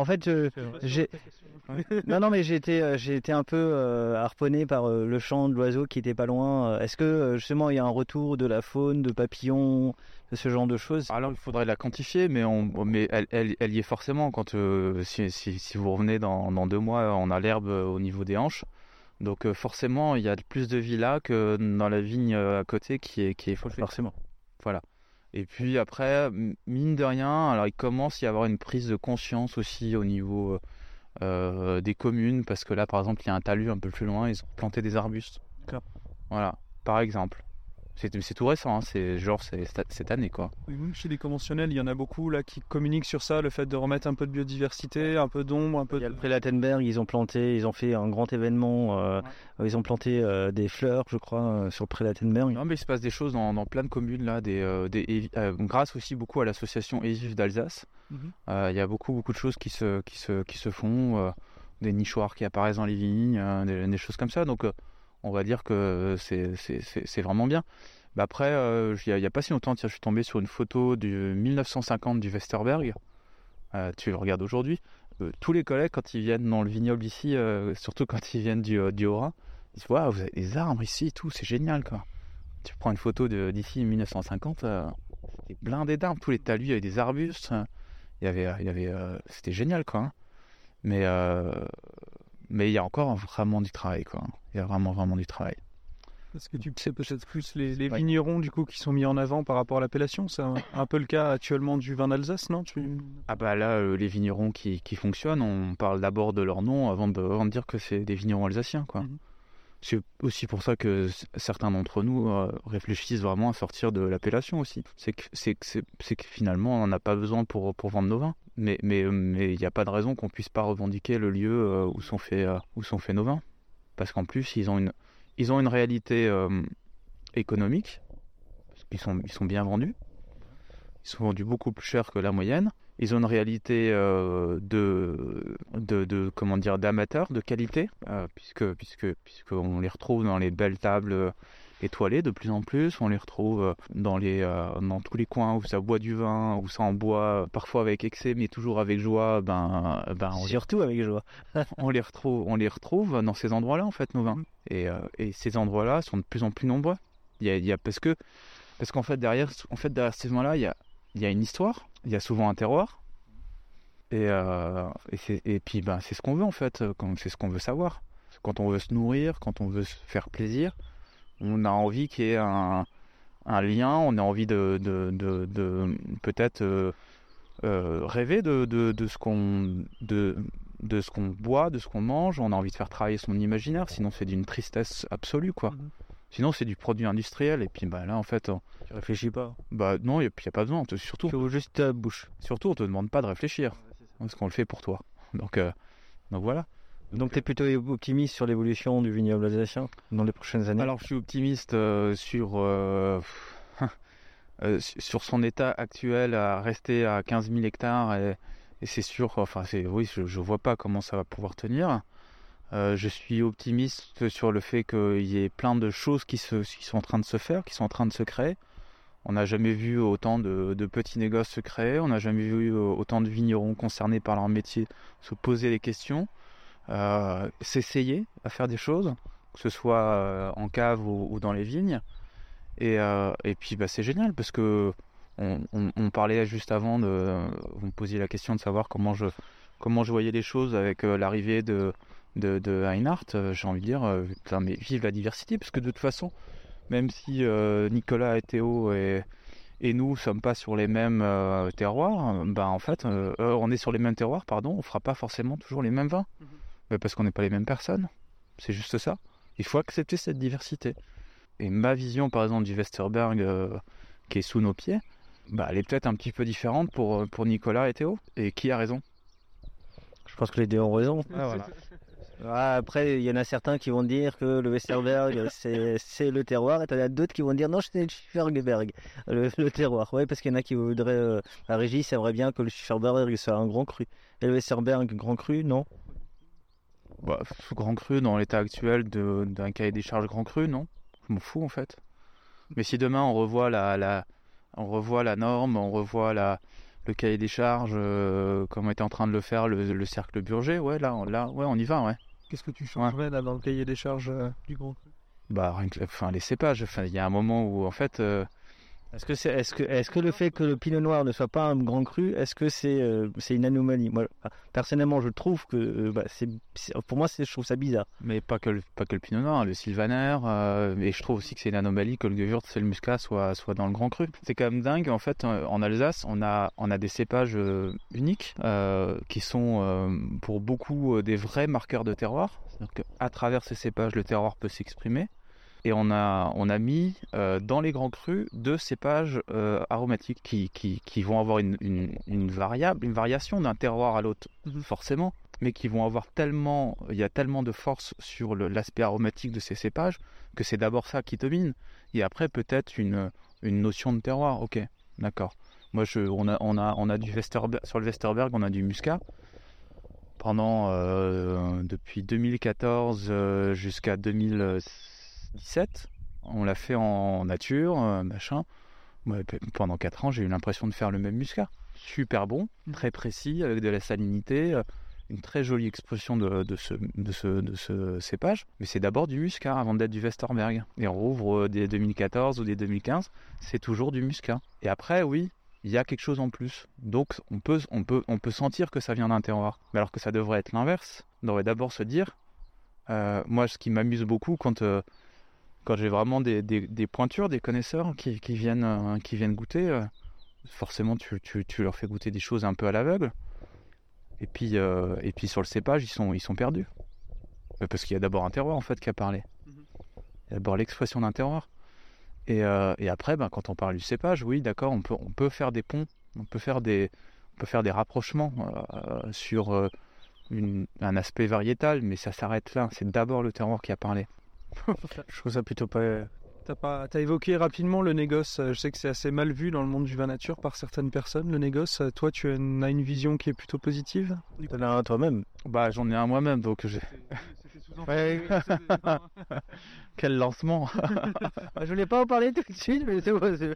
non, mais j'ai été un peu harponné par le chant de l'oiseau qui était pas loin. Est-ce que justement il y a un retour de la faune, de papillons, de ce genre de choses? Alors il faudrait la quantifier, mais elle y est forcément. Quand si vous revenez dans 2 mois, on a l'herbe au niveau des hanches. Donc forcément, il y a plus de vie là que dans la vigne à côté qui est fauchée. Forcément. Voilà. Et puis après, mine de rien, alors il commence à y avoir une prise de conscience aussi au niveau des communes, parce que là, par exemple, il y a un talus un peu plus loin, ils ont planté des arbustes. D'accord. Voilà, par exemple. C'est tout récent, hein. C'est cette année, quoi. Oui, même chez les conventionnels, il y en a beaucoup là qui communiquent sur ça, le fait de remettre un peu de biodiversité, un peu d'ombre, un peu. Il y a le pré Lattenberg, ils ont fait un grand événement. Ils ont planté des fleurs, je crois, sur le pré Lattenberg. Non, mais il se passe des choses dans plein de communes là, grâce aussi beaucoup à l'association Et Vive d'Alsace. Il y a beaucoup de choses qui se font, des nichoirs qui apparaissent dans les vignes, des choses comme ça. Donc on va dire que c'est vraiment bien. Bah après, il n'y a pas si longtemps, je suis tombé sur une photo de 1950 du Westerberg. Tu le regardes aujourd'hui. Tous les collègues, quand ils viennent dans le vignoble ici, surtout quand ils viennent du Haut-Rhin, ils disent waouh, vous avez des arbres ici et tout, c'est génial, quoi. Tu prends une photo d'ici 1950, c'était blindé d'arbres, tous les talus, il y avait des arbustes, c'était génial, quoi. Hein. Mais il y a encore vraiment du travail, quoi. Il y a vraiment du travail. Parce que tu sais peut-être plus les vignerons du coup qui sont mis en avant par rapport à l'appellation, c'est un peu le cas actuellement du vin d'Alsace, non? Ah bah là, les vignerons qui fonctionnent, on parle d'abord de leur nom avant de dire que c'est des vignerons alsaciens, quoi. C'est aussi pour ça que certains d'entre nous réfléchissent vraiment à sortir de l'appellation aussi. C'est que finalement on n'en a pas besoin pour vendre nos vins. Mais il n'y a pas de raison qu'on puisse pas revendiquer le lieu où sont faits nos vins. Parce qu'en plus ils ont une réalité économique. Parce qu'ils sont bien vendus. Ils sont vendus beaucoup plus cher que la moyenne. Ils ont une réalité d'amateurs, de qualité, puisque on les retrouve dans les belles tables étoilées de plus en plus. On les retrouve dans tous les coins où ça boit du vin, où ça en boit parfois avec excès, mais toujours avec joie. Surtout avec joie. on les retrouve dans ces endroits-là, en fait, nos vins. Et ces endroits-là sont de plus en plus nombreux. Parce qu'en fait derrière ces vins-là, il y a une histoire. Il y a souvent un terroir, et puis c'est ce qu'on veut en fait, c'est ce qu'on veut savoir. Quand on veut se nourrir, quand on veut se faire plaisir, on a envie qu'il y ait un lien, on a envie de peut-être rêver de ce qu'on boit, de ce qu'on mange. On a envie de faire travailler son imaginaire, sinon c'est d'une tristesse absolue, quoi. Sinon, c'est du produit industriel. Et puis là, en fait, tu réfléchis pas. Non, et puis il n'y a pas besoin. Surtout, tu ouvres juste ta bouche. Surtout, on te demande pas de réfléchir. Parce qu'on le fait pour toi. Donc voilà. Donc tu es plutôt optimiste sur l'évolution du vignoble alsacien dans les prochaines années? Alors, je suis optimiste sur son état actuel à rester à 15 000 hectares. Et c'est sûr, je vois pas comment ça va pouvoir tenir. Je suis optimiste sur le fait qu'il y ait plein de choses qui sont en train de se faire, qui sont en train de se créer. On n'a jamais vu autant de petits négoces se créer, on n'a jamais vu autant de vignerons concernés par leur métier se poser des questions, s'essayer à faire des choses, que ce soit en cave ou dans les vignes. Et puis c'est génial parce que on parlait juste avant, vous me posiez la question de savoir comment je voyais les choses avec l'arrivée de Einhard. J'ai envie de dire, mais vive la diversité, parce que de toute façon, même si Nicolas et Théo et nous ne sommes pas sur les mêmes terroirs, en fait, on est sur les mêmes terroirs, on fera pas forcément toujours les mêmes vins, parce qu'on n'est pas les mêmes personnes, c'est juste ça. Il faut accepter cette diversité. Et ma vision, par exemple, du Westerberg qui est sous nos pieds, elle est peut-être un petit peu différente pour Nicolas et Théo. Et qui a raison? Je pense que les deux ont raison. Ah, voilà. Après, il y en a certains qui vont dire que le Westerberg, c'est le terroir, et il y en a d'autres qui vont dire non, c'est le Schifferberg, le terroir. Oui, parce qu'il y en a qui voudraient, la régie, aimerait bien que le Schifferberg soit un grand cru. Et le Westerberg, grand cru, non? Grand cru dans l'état actuel d'un cahier des charges grand cru, non. Je m'en fous en fait. Mais si demain on revoit on revoit la norme, on revoit le cahier des charges, comme était en train de le faire le cercle Burger, ouais, on y va, ouais. Qu'est-ce que tu changerais là dans le cahier des charges du Grand Cru? Rien que, les cépages. Il y a un moment où en fait. Est-ce que le fait que le pinot noir ne soit pas un grand cru, est-ce que c'est une anomalie? Moi, personnellement, je trouve que pour moi, je trouve ça bizarre. Mais pas que le pinot noir, le sylvaner, et je trouve aussi que c'est une anomalie que le gewürz et le muscat soient dans le grand cru. C'est quand même dingue, en fait, en Alsace, on a des cépages uniques qui sont pour beaucoup des vrais marqueurs de terroir. C'est-à-dire qu'à travers ces cépages, le terroir peut s'exprimer. Et on a mis dans les grands crus 2 cépages aromatiques qui vont avoir une variation d'un terroir à l'autre, forcément, mais qui vont avoir il y a tellement de force sur l'aspect aromatique de ces cépages que c'est d'abord ça qui domine. Et après, peut-être une notion de terroir. Ok, d'accord. Moi, on a du Westerberg, sur le Westerberg, on a du muscat. Depuis 2014 jusqu'à 2017, on l'a fait en nature, machin. Pendant 4 ans, j'ai eu l'impression de faire le même muscat. Super bon, très précis, avec de la salinité, une très jolie expression de ce cépage. Mais c'est d'abord du muscat avant d'être du Westerberg. Et on rouvre des 2014 ou des 2015, c'est toujours du muscat. Et après, oui, il y a quelque chose en plus. Donc on peut sentir que ça vient d'un terroir. Mais alors que ça devrait être l'inverse. On devrait d'abord se dire, moi ce qui m'amuse beaucoup quand j'ai vraiment des pointures, des connaisseurs qui viennent goûter, forcément tu leur fais goûter des choses un peu à l'aveugle. Et puis sur le cépage, ils sont perdus. Parce qu'il y a d'abord un terroir en fait qui a parlé. Il y a d'abord l'expression d'un terroir. Et après, quand on parle du cépage, oui, d'accord, on peut faire des ponts, on peut faire des rapprochements sur un aspect variétal, mais ça s'arrête là. C'est d'abord le terroir qui a parlé. Je trouve ça plutôt pas... T'as évoqué rapidement le négoce. Je sais que c'est assez mal vu dans le monde du vin nature par certaines personnes, le négoce. Toi, tu as une vision qui est plutôt positive? T'en as un toi-même? J'en ai un moi-même, donc j'ai... Ouais. Quel lancement. Je voulais pas en parler tout de suite, mais c'est bon.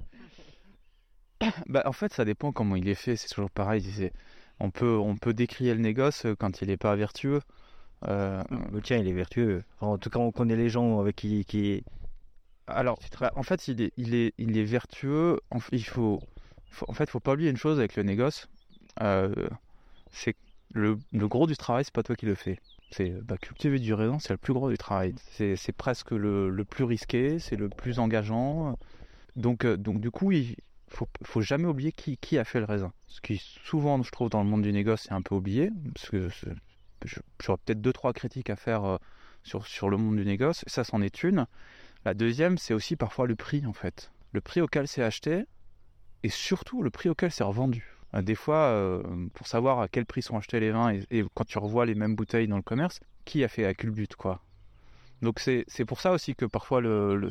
En fait, ça dépend comment il est fait. C'est toujours pareil. On peut décrier le négoce quand il n'est pas vertueux. Le tien, il est vertueux. En tout cas, on connaît les gens avec qui... Alors, en fait, il est vertueux. Il faut pas oublier une chose avec le négoce. C'est que le gros du travail, c'est pas toi qui le fais. C'est cultiver du raisin, c'est le plus gros du travail. C'est presque le plus risqué, c'est le plus engageant. Donc du coup, il faut jamais oublier qui a fait le raisin. Ce qui souvent, je trouve, dans le monde du négoce, c'est un peu oublié. Parce que j'aurais peut-être 2-3 critiques à faire sur le monde du négoce. Ça, c'en est une. La deuxième, c'est aussi parfois le prix, en fait. Le prix auquel c'est acheté et surtout le prix auquel c'est revendu. Des fois, pour savoir à quel prix sont achetés les vins et quand tu revois les mêmes bouteilles dans le commerce, qui a fait à culbute, quoi. Donc c'est pour ça aussi que parfois le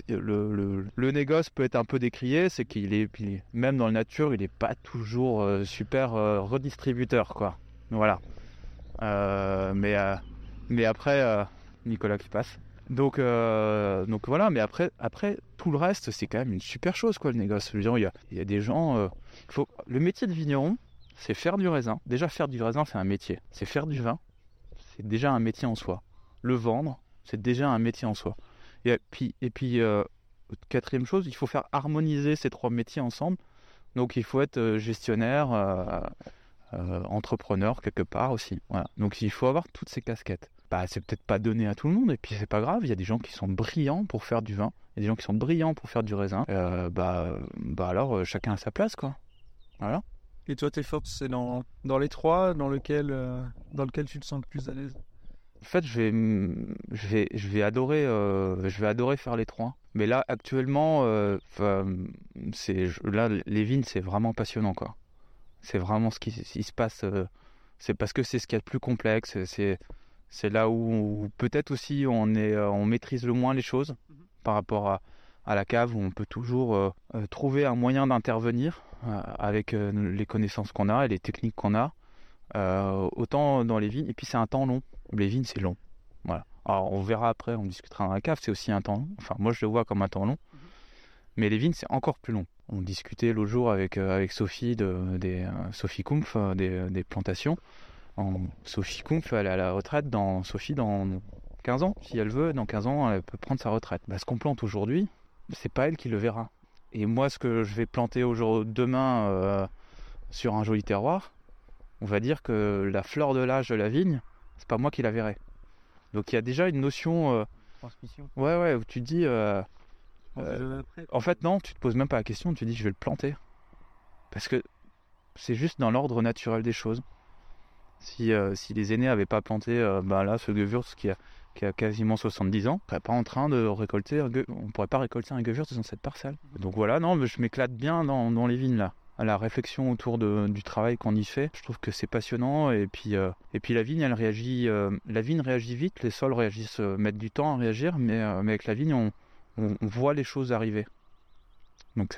négoce peut être un peu décrié, c'est qu'il est même dans la nature, il n'est pas toujours super redistributeur, quoi. Voilà. Mais après, Nicolas qui passe. Donc voilà, mais après tout le reste, c'est quand même une super chose, quoi, le négoce. Je veux dire, il y a des gens... Le métier de vigneron, c'est faire du raisin. Déjà, faire du raisin, c'est un métier. C'est faire du vin, c'est déjà un métier en soi. Le vendre, c'est déjà un métier en soi. Et puis quatrième chose, il faut faire harmoniser ces 3 métiers ensemble. Donc il faut être gestionnaire, entrepreneur quelque part aussi. Voilà. Donc il faut avoir toutes ces casquettes. C'est peut-être pas donné à tout le monde, et puis c'est pas grave, il y a des gens qui sont brillants pour faire du vin, il y a des gens qui sont brillants pour faire du raisin, alors chacun a sa place, quoi. Voilà. Et toi, tes forces, c'est dans les 3, dans lequel tu te sens le plus à l'aise? En fait, je vais adorer faire les 3. Mais là, actuellement, les vignes, c'est vraiment passionnant, quoi. C'est vraiment ce qui se passe. C'est parce que c'est ce qu'il y a de plus complexe. C'est là où peut-être aussi on maîtrise le moins les choses par rapport à la cave, où on peut toujours trouver un moyen d'intervenir avec les connaissances qu'on a et les techniques qu'on a. Autant dans les vignes, et puis c'est un temps long. Les vignes, c'est long. Voilà. Alors on verra après, on discutera dans la cave, c'est aussi un temps long. Enfin, moi je le vois comme un temps long. Mais les vignes, c'est encore plus long. On discutait l'autre jour avec Sophie, Sophie Kumpf, des plantations. Sophie Kumpf, elle est à la retraite dans 15 ans. Si elle veut, dans 15 ans, elle peut prendre sa retraite. Ce qu'on plante aujourd'hui, c'est pas elle qui le verra. Et moi, ce que je vais planter demain sur un joli terroir, on va dire que la fleur de l'âge de la vigne, c'est pas moi qui la verrai. Donc il y a déjà une notion... Transmission. Ouais, où tu te dis... en fait, non, tu te poses même pas la question, tu te dis je vais le planter. Parce que c'est juste dans l'ordre naturel des choses. Si les aînés n'avaient pas planté là, ce Gewürz qui a quasiment 70 ans, on serait pas en train de récolter, on pourrait pas récolter un Gewürz dans cette parcelle. Donc voilà, non, mais je m'éclate bien dans les vignes là. À la réflexion autour du travail qu'on y fait, je trouve que c'est passionnant. Et puis la vigne, elle réagit. La vigne réagit vite, les sols mettent du temps à réagir, mais avec la vigne, on voit les choses arriver. Donc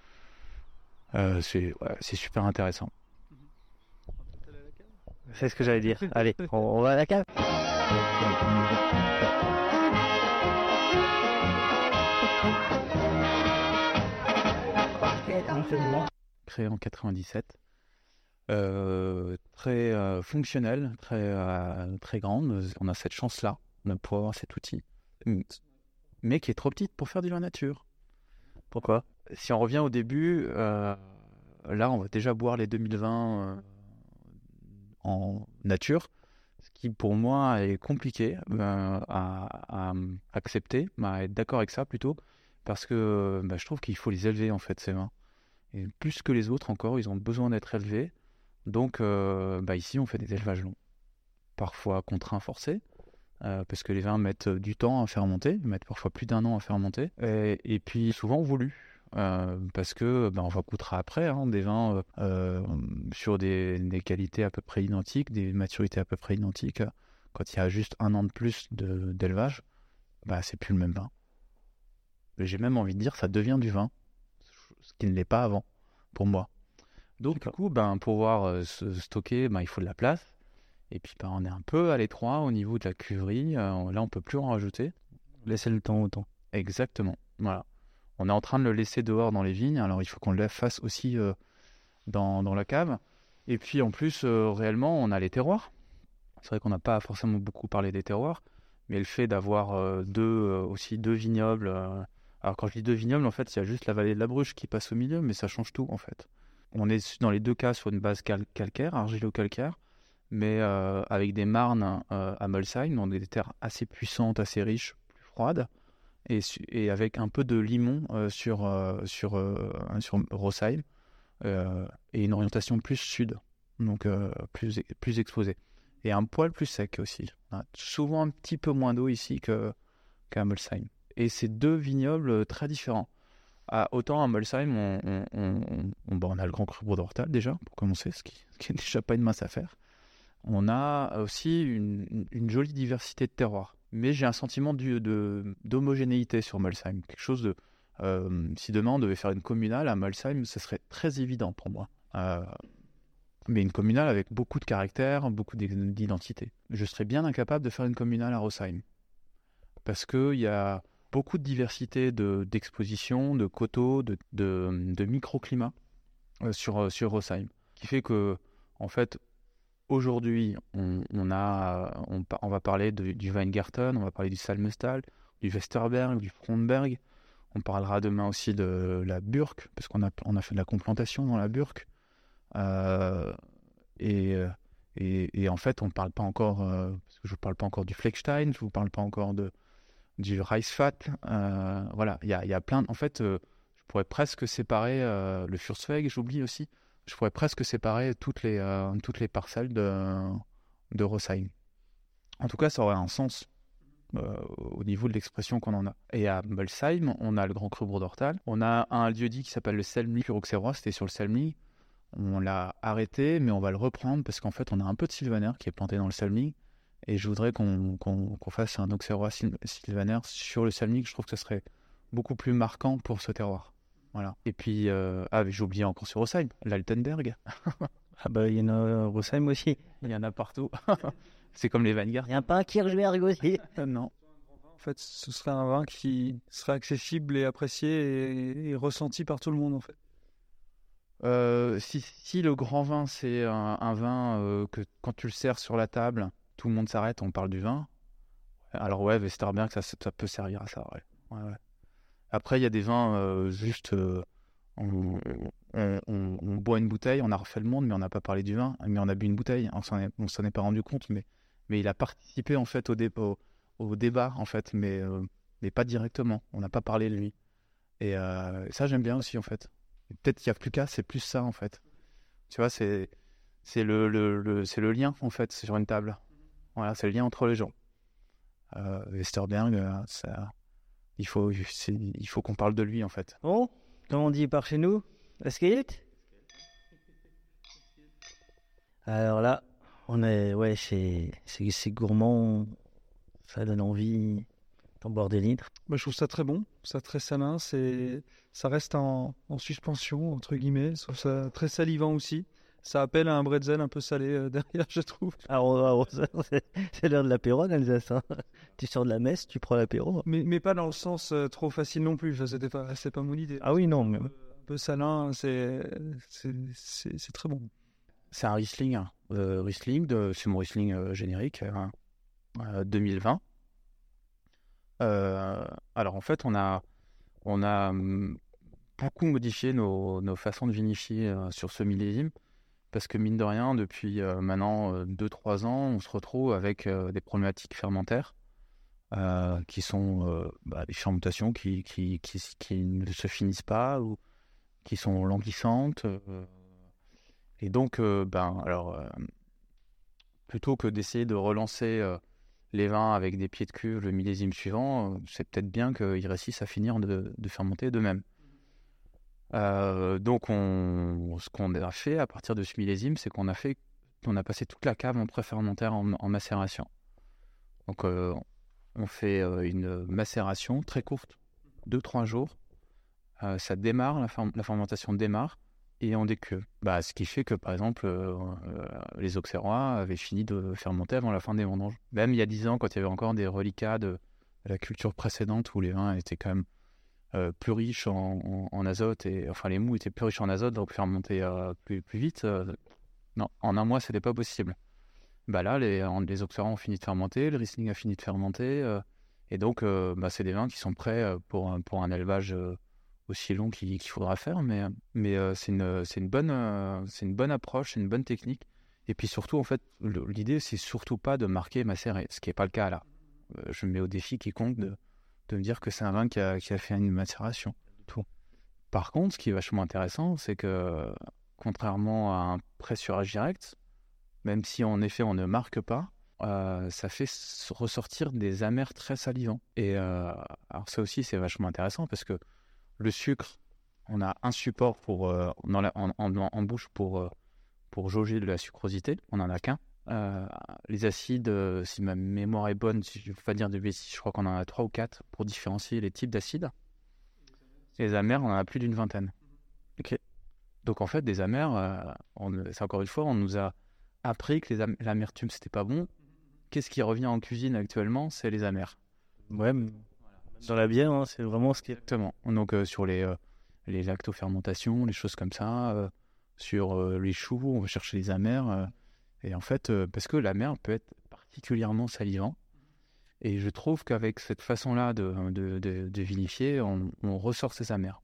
c'est super intéressant. C'est ce que j'allais dire. Allez, on va à la cave. Créé en 97. Très fonctionnelle, très grande. On a cette chance-là de pouvoir avoir cet outil. Mais qui est trop petite pour faire du vin nature. Pourquoi ? Si on revient au début, là on va déjà boire les 2020 en nature, ce qui pour moi est compliqué à accepter, à être d'accord avec ça plutôt, parce que je trouve qu'il faut les élever en fait ces vins. Et plus que les autres encore, ils ont besoin d'être élevés. Donc ici on fait des élevages longs, parfois contraints, forcés. Parce que les vins mettent du temps à fermenter, ils mettent parfois plus d'1 an à fermenter, et puis souvent voulu, parce que on va goûtera après des vins sur des qualités à peu près identiques, des maturités à peu près identiques. Quand il y a juste 1 an de plus d'élevage, c'est plus le même vin. J'ai même envie de dire ça devient du vin, ce qui ne l'est pas avant, pour moi. Donc du coup, pour pouvoir se stocker, il faut de la place. Et puis on est un peu à l'étroit au niveau de la cuverie. Là, on ne peut plus en rajouter. Laisser le temps au temps. Exactement. Voilà. On est en train de le laisser dehors dans les vignes. Alors, il faut qu'on le fasse aussi dans la cave. Et puis, en plus, réellement, on a les terroirs. C'est vrai qu'on n'a pas forcément beaucoup parlé des terroirs. Mais le fait d'avoir deux vignobles... alors, quand je dis 2 vignobles, en fait, il y a juste la vallée de la Bruche qui passe au milieu. Mais ça change tout, en fait. On est dans les 2 cas sur une base calcaire, argilo-calcaire. Mais avec des marnes à Molsheim, dans des terres assez puissantes, assez riches, plus froides, et avec un peu de limon sur Rosheim, et une orientation plus sud, donc plus exposée. Et un poil plus sec aussi. On a souvent un petit peu moins d'eau ici qu'à Molsheim. Et c'est 2 vignobles très différents. Autant à Molsheim, on a le Grand Cru Brodertal déjà, pour commencer, ce qui est déjà pas une mince affaire. On a aussi une jolie diversité de terroirs. Mais j'ai un sentiment d'homogénéité sur Molsheim. Quelque chose de... si demain on devait faire une communale à Molsheim, ce serait très évident pour moi. Mais une communale avec beaucoup de caractère, beaucoup d'identité. Je serais bien incapable de faire une communale à Rosheim. Parce qu'il y a beaucoup de diversité d'exposition, de coteaux, de microclimats sur Rosheim. Qui fait que, en fait... Aujourd'hui, on va parler du Weingarten, on va parler du Salmestal, du Westerberg, du Frontberg. On parlera demain aussi de la Burg, parce qu'on a fait de la complantation dans la Burg. Et en fait, on ne parle pas encore, parce que je ne vous parle pas encore du Fleckstein, je ne vous parle pas encore du Reisfat. Voilà, il y a plein... En fait, je pourrais presque séparer le Fürstweg, j'oublie aussi. Je pourrais presque séparer toutes les parcelles de Rosheim. En tout cas, ça aurait un sens au niveau de l'expression qu'on en a. Et à Molsheim, on a le Grand Cru Brodertal. On a un lieu-dit qui s'appelle le Selmli Auxerrois, c'était sur le Selmli. On l'a arrêté, mais on va le reprendre parce qu'en fait, on a un peu de sylvaner qui est planté dans le Selmli. Et je voudrais qu'on fasse un Auxerrois sylvaner sur le Selmli, que je trouve que ce serait beaucoup plus marquant pour ce terroir. Voilà. Et puis, j'ai oublié encore sur Rosheim, l'Altenberg. Ah bah il y en a à Rossheim aussi. Il y en a partout. C'est comme les Vanguard. Il n'y a pas un Kirchberg aussi. Non. En fait, ce serait un vin qui serait accessible et apprécié et ressenti par tout le monde, en fait. Si le grand vin, c'est un vin que quand tu le sers sur la table, tout le monde s'arrête, on parle du vin. Alors ouais, Westerberg, ça peut servir à ça, ouais. Ouais. Après, il y a des vins juste... on boit une bouteille, on a refait le monde, mais on n'a pas parlé du vin, mais on a bu une bouteille, on s'en est pas rendu compte, mais il a participé en fait au débat, en fait, mais pas directement, on n'a pas parlé de lui. Et ça, j'aime bien aussi, en fait. Et peut-être qu'il n'y a plus qu'à, c'est plus ça, en fait. Tu vois, c'est le lien, en fait, sur une table. Voilà, c'est le lien entre les gens. Westerberg, il faut qu'on parle de lui, en fait. Bon, comme on dit par chez nous, Escape. Alors là, on est, ouais, c'est gourmand, ça donne envie d'en boire des litres. Bah, je trouve ça très bon, ça très salin, ça reste en suspension, entre guillemets, je trouve ça très salivant aussi. Ça appelle à un bretzel un peu salé derrière, je trouve. Alors, c'est l'heure de l'apéro en Alsace. Hein. Tu sors de la messe, tu prends l'apéro. Mais pas dans le sens trop facile non plus, c'est pas mon idée. Ah oui, non. Mais... Un peu salin, c'est très bon. C'est un Riesling, c'est mon Riesling générique, 2020. Alors en fait, on a beaucoup modifié nos façons de vinifier sur ce millésime, parce que mine de rien, depuis maintenant 2-3 ans, on se retrouve avec des problématiques fermentaires qui sont des fermentations qui ne se finissent pas ou qui sont languissantes. Et donc, plutôt que d'essayer de relancer les vins avec des pieds de cuve le millésime suivant, c'est peut-être bien qu'ils réussissent à finir de fermenter d'eux-mêmes. Donc, ce qu'on a fait à partir de ce millésime, c'est qu'on a passé toute la cave en pré-fermentaire en macération. Donc, on fait une macération très courte, 2-3 jours. Ça démarre, la fermentation démarre. Et on décuve. Ce qui fait que, par exemple, les Auxerrois avaient fini de fermenter avant la fin des vendanges. Même il y a 10 ans, quand il y avait encore des reliquats de la culture précédente, où les vins étaient quand même plus riches en azote, enfin les mous étaient plus riches en azote, donc fermenter plus vite. Non, en un mois, c'était pas possible. Là, les Auxerrois ont fini de fermenter, le Riesling a fini de fermenter, et donc c'est des vins qui sont prêts pour un élevage aussi long qu'il faudra faire, mais c'est une bonne approche, c'est une bonne technique. Et puis surtout, en fait, l'idée, c'est surtout pas de marquer et macérer, ce qui n'est pas le cas là. Je me mets au défi quiconque de me dire que c'est un vin qui a fait une macération. Tout. Par contre, ce qui est vachement intéressant, c'est que contrairement à un pressurage direct, même si en effet on ne marque pas, ça fait ressortir des amers très salivants. Et alors ça aussi, c'est vachement intéressant parce que le sucre, on a un support en bouche pour jauger de la sucrosité. On n'en a qu'un. Les acides, si ma mémoire est bonne, si je ne veux pas dire de bêtises, je crois qu'on en a 3 ou 4 pour différencier les types d'acides. Et les amers, on en a plus d'une vingtaine. Okay. Donc en fait, des amers, c'est encore une fois, on nous a appris que l'amertume, c'était pas bon. Qu'est-ce qui revient en cuisine actuellement? C'est les amers. Ouais, dans la bière, hein, c'est vraiment ce qui est... Exactement. Donc sur les lactofermentations, les choses comme ça, sur les choux, on va chercher les amers. Et en fait, parce que l'amer peut être particulièrement salivant. Et je trouve qu'avec cette façon-là de vinifier, on ressort ces amers.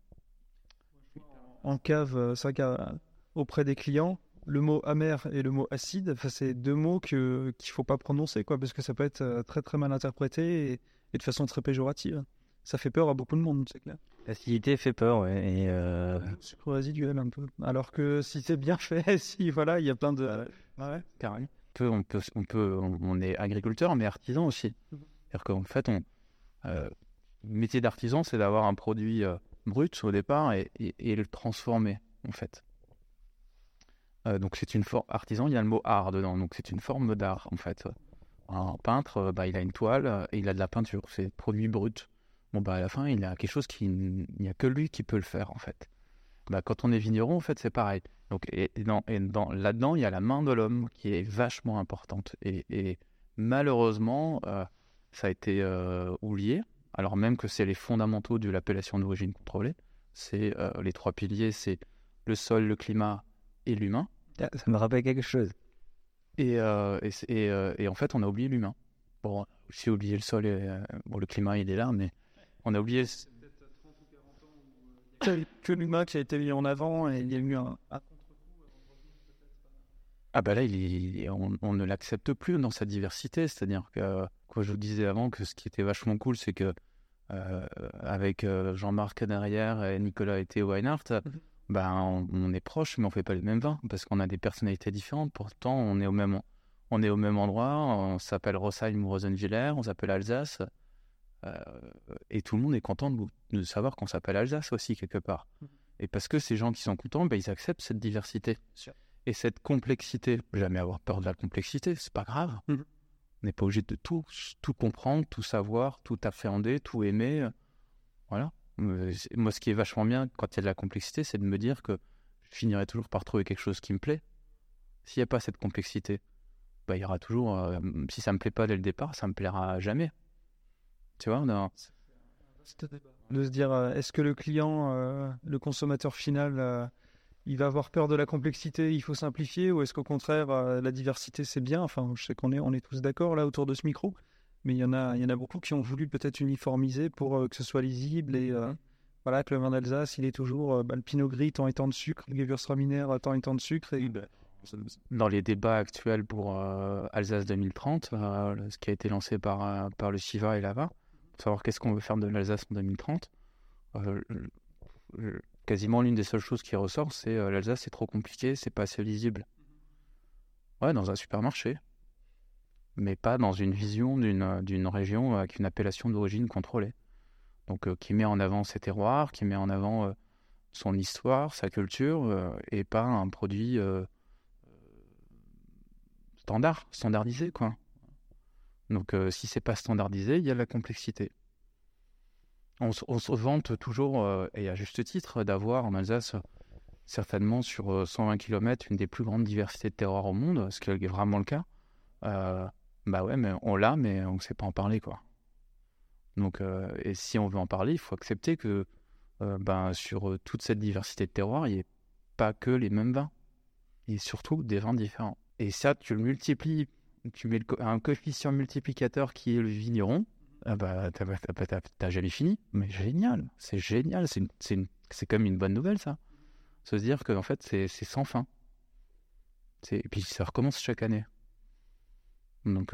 En cave, c'est vrai qu'auprès des clients, le mot amer et le mot acide, c'est 2 mots qu'il ne faut pas prononcer, parce que ça peut être très très mal interprété et de façon très péjorative. Ça fait peur à beaucoup de monde, c'est clair. L'acidité fait peur, ouais. Et sucre résiduel un peu. Alors que si c'est bien fait, il y a plein de... Ouais, carrément. On est agriculteur, mais artisan aussi. C'est-à-dire qu'en fait, le métier d'artisan, c'est d'avoir un produit brut au départ et le transformer, en fait. Donc c'est une forme artisan, il y a le mot art dedans, donc c'est une forme d'art, en fait. Un peintre, il a une toile et il a de la peinture, c'est produit brut. À la fin, il a quelque chose il n'y a que lui qui peut le faire, en fait. Bah, quand on est vigneron, en fait, c'est pareil. Donc, là-dedans, il y a la main de l'homme qui est vachement importante. Et malheureusement, ça a été oublié, alors même que c'est les fondamentaux de l'appellation d'origine contrôlée. C'est les 3 piliers, c'est le sol, le climat et l'humain. Ah, ça me rappelle quelque chose. Et en fait, on a oublié l'humain. Bon, aussi oublié le sol et le climat, il est là, mais on a oublié. C'est peut-être 30 ou 40 ans où il n'y a que l'humain qui a été mis en avant et il y a eu un contre-coup. Ah bah là, on ne l'accepte plus dans sa diversité. C'est-à-dire que, quoi, je vous disais avant, que ce qui était vachement cool, c'est que avec Jean-Marc derrière et Nicolas et Théo Weinhardt, on est proches, mais on fait pas les mêmes vins parce qu'on a des personnalités différentes. Pourtant, on est au même endroit. On s'appelle Rosheim ou Rosenwiller, on s'appelle Alsace, et tout le monde est content de savoir qu'on s'appelle Alsace aussi quelque part. Et parce que ces gens qui sont contents, ils acceptent cette diversité et cette complexité. Jamais avoir peur de la complexité, c'est pas grave. On n'est pas obligé de tout comprendre, tout savoir, tout appréhender, tout aimer. Voilà. Moi, ce qui est vachement bien quand il y a de la complexité, c'est de me dire que je finirai toujours par trouver quelque chose qui me plaît. S'il n'y a pas cette complexité, il y aura toujours... si ça ne me plaît pas dès le départ, ça ne me plaira jamais. Tu vois, de se dire, est-ce que le client, le consommateur final, il va avoir peur de la complexité, il faut simplifier, ou est-ce qu'au contraire, la diversité, c'est bien? Enfin, je sais qu'on est tous d'accord là autour de ce micro. Mais il y en a beaucoup qui ont voulu peut-être uniformiser pour que ce soit lisible et voilà, que le vin d'Alsace, il est toujours le Pinot Gris tant et tant de sucre, le Gewürztraminer tant et tant de sucre. Et... Dans les débats actuels pour Alsace 2030, ce qui a été lancé par le CIVA et l'AVA, pour savoir qu'est-ce qu'on veut faire de l'Alsace en 2030, quasiment l'une des seules choses qui ressort, c'est l'Alsace, c'est trop compliqué, c'est pas assez lisible. Ouais, dans un supermarché. Mais pas dans une vision d'une région avec une appellation d'origine contrôlée. Donc qui met en avant ses terroirs, qui met en avant son histoire, sa culture, et pas un produit standardisé, quoi. Donc si c'est pas standardisé, il y a de la complexité. On se vante toujours, et à juste titre, d'avoir en Alsace, certainement sur 120 km, une des plus grandes diversités de terroirs au monde, ce qui est vraiment le cas. Bah ouais, mais on l'a, mais on ne sait pas en parler, quoi. Donc, et si on veut en parler, il faut accepter que sur toute cette diversité de terroirs, il n'y ait pas que les mêmes vins. Il y a surtout des vins différents. Et ça, tu le multiplies, tu mets un coefficient multiplicateur qui est le vigneron, t'as jamais fini. Mais génial, c'est génial, c'est comme une bonne nouvelle, ça. Se dire qu'en fait, c'est sans fin. Et puis ça recommence chaque année. Donc,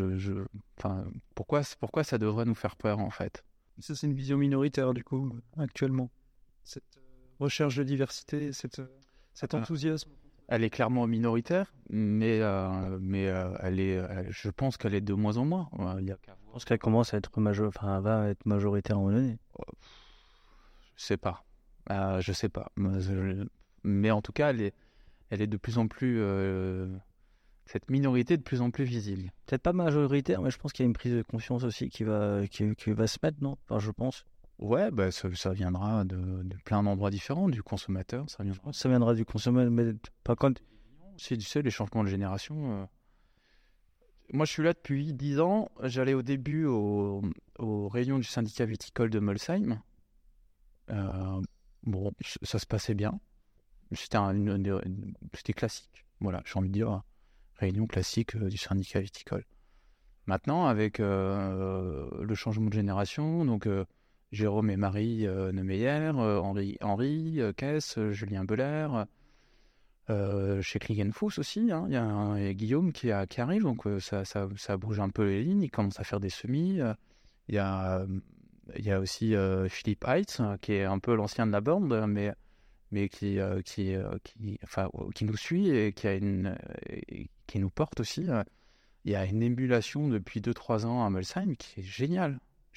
pourquoi ça devrait nous faire peur, en fait? Ça, c'est une vision minoritaire, du coup, actuellement. Cette recherche de diversité, cet enthousiasme. Elle est clairement minoritaire, mais je pense qu'elle est de moins en moins. Je pense qu'elle commence à être va être majoritaire à un moment donné. Je sais pas. Mais en tout cas, elle est de plus en plus... cette minorité de plus en plus visible. Peut-être pas majoritaire, mais je pense qu'il y a une prise de conscience aussi qui va se mettre, non? Enfin, je pense. Ouais, ça viendra de plein d'endroits différents, du consommateur, ça viendra. Ça viendra du consommateur, mais pas quand... Si, tu sais, les changements de génération... Moi, je suis là depuis 10 ans. J'allais au début aux réunions du syndicat viticole de Molsheim. Ça se passait bien. C'était classique. Voilà, j'ai envie de dire... réunion classique du syndicat viticole. Maintenant, avec le changement de génération, donc Jérôme et Marie Neumeyer, Henri Kess, Julien Beuler, chez Kligenfuss aussi, il y a Guillaume qui arrive, donc ça bouge un peu les lignes, il commence à faire des semis. Il y a aussi Philippe Heitz, qui est un peu l'ancien de la bande, mais qui nous suit et qui nous porte aussi. Il y a une émulation depuis 2-3 ans à Molsheim qui est géniale.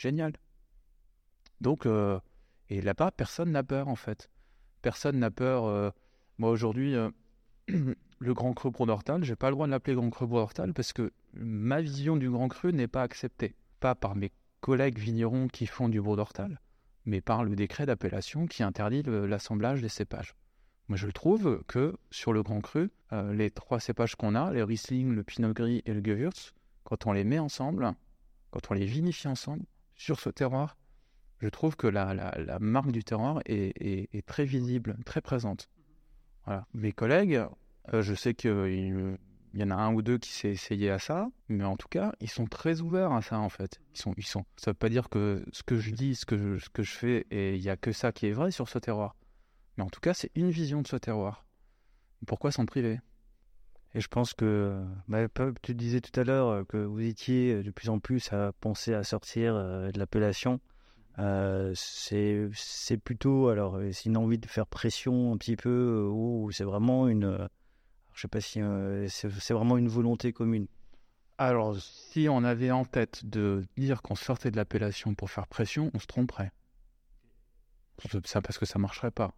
Donc, et là-bas, personne n'a peur, en fait. Personne n'a peur. Moi, aujourd'hui, le Grand Cru Brodertal, je n'ai pas le droit de l'appeler Grand Cru Brodertal parce que ma vision du Grand Cru n'est pas acceptée. Pas par mes collègues vignerons qui font du Brodertal, mais par le décret d'appellation qui interdit l'assemblage des cépages. Moi, je trouve que sur le Grand Cru, les 3 cépages qu'on a, le Riesling, le Pinot Gris et le Gewürz, quand on les met ensemble, quand on les vinifie ensemble, sur ce terroir, je trouve que la marque du terroir est très visible, très présente. Voilà. Mes collègues, je sais qu'il y en a un ou deux qui s'est essayé à ça, mais en tout cas, ils sont très ouverts à ça, en fait. Ça veut pas dire que ce que je dis, ce que je fais, et il n'y a que ça qui est vrai sur ce terroir. Mais en tout cas, c'est une vision de ce terroir. Pourquoi s'en priver ? Et je pense que, tu disais tout à l'heure que vous étiez de plus en plus à penser à sortir de l'appellation. C'est plutôt, alors, c'est une envie de faire pression un petit peu, ou c'est vraiment je sais pas si c'est vraiment une volonté commune. Alors, si on avait en tête de dire qu'on sortait de l'appellation pour faire pression, on se tromperait. Ça, parce que ça marcherait pas.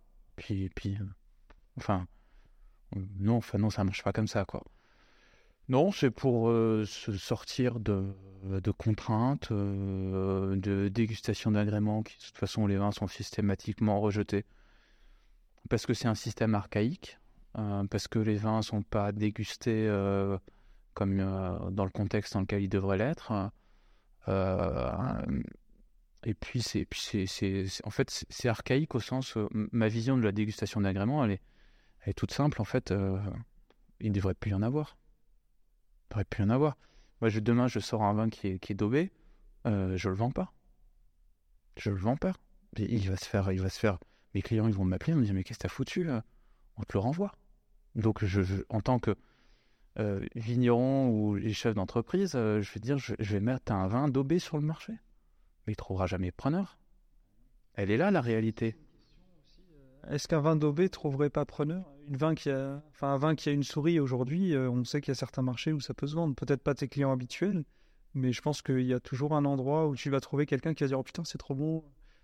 Non, ça marche pas comme ça, quoi. Non, c'est pour se sortir de contraintes, de dégustation d'agréments qui, de toute façon, les vins sont systématiquement rejetés. Parce que c'est un système archaïque, parce que les vins sont pas dégustés comme dans le contexte dans lequel ils devraient l'être. Et puis, en fait, c'est archaïque au sens ma vision de la dégustation d'agrément, elle est toute simple. En fait, il ne devrait plus y en avoir. Il ne devrait plus y en avoir. Moi, demain, je sors un vin qui est daubé, je le vends pas. Je le vends pas. Il va se faire. Mes clients, ils vont m'appeler, ils vont me dire mais qu'est-ce que t'as foutu là ? On te le renvoie. Donc, en tant que vigneron ou les chefs d'entreprise, je vais dire, je vais mettre un vin daubé sur le marché. Mais il ne trouvera jamais preneur. Elle est là, la réalité. Est-ce qu'un vin daubé trouverait pas preneur ? Un vin qui a une souris aujourd'hui, on sait qu'il y a certains marchés où ça peut se vendre. Peut-être pas tes clients habituels, mais je pense qu'il y a toujours un endroit où tu vas trouver quelqu'un qui va dire « Oh putain, c'est trop bon ».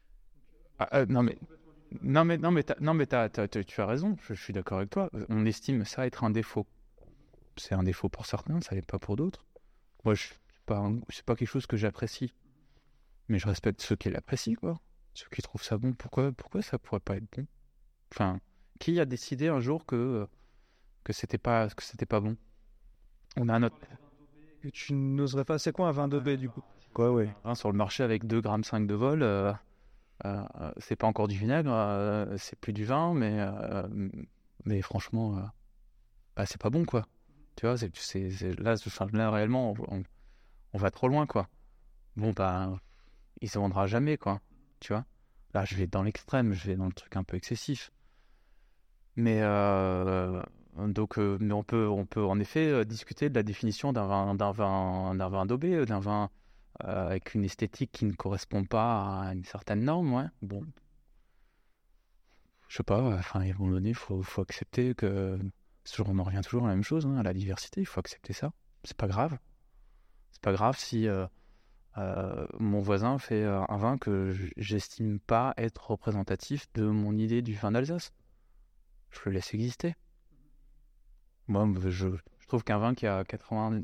Non mais tu as raison, je suis d'accord avec toi. On estime ça être un défaut. C'est un défaut pour certains, ça l'est pas pour d'autres. Moi, c'est pas quelque chose que j'apprécie. Mais je respecte ceux qui l'apprécient, quoi. Ceux qui trouvent ça bon. Pourquoi ça pourrait pas être bon ? Enfin, qui a décidé un jour que c'était pas bon ? On a un autre. Que tu n'oserais pas. C'est quoi un vin daubé du coup ? Quoi, ouais. Sur le marché avec 2,5 g de vol, c'est pas encore du vinaigre, c'est plus du vin, mais franchement, c'est pas bon, quoi. Tu vois, là réellement, on va trop loin, quoi. Bon, il se vendra jamais, quoi. Tu vois, là, je vais dans l'extrême, je vais dans le truc un peu excessif. Mais mais on peut en effet discuter de la définition d'un vin daubé, d'un vin avec une esthétique qui ne correspond pas à une certaine norme, ouais. Bon, je sais pas. À un moment donné, faut accepter que on en revient toujours à la même chose, hein, à la diversité. Il faut accepter ça. C'est pas grave. C'est pas grave si mon voisin fait un vin que j'estime pas être représentatif de mon idée du vin d'Alsace. Je le laisse exister. Moi, je trouve qu'un vin qui a 80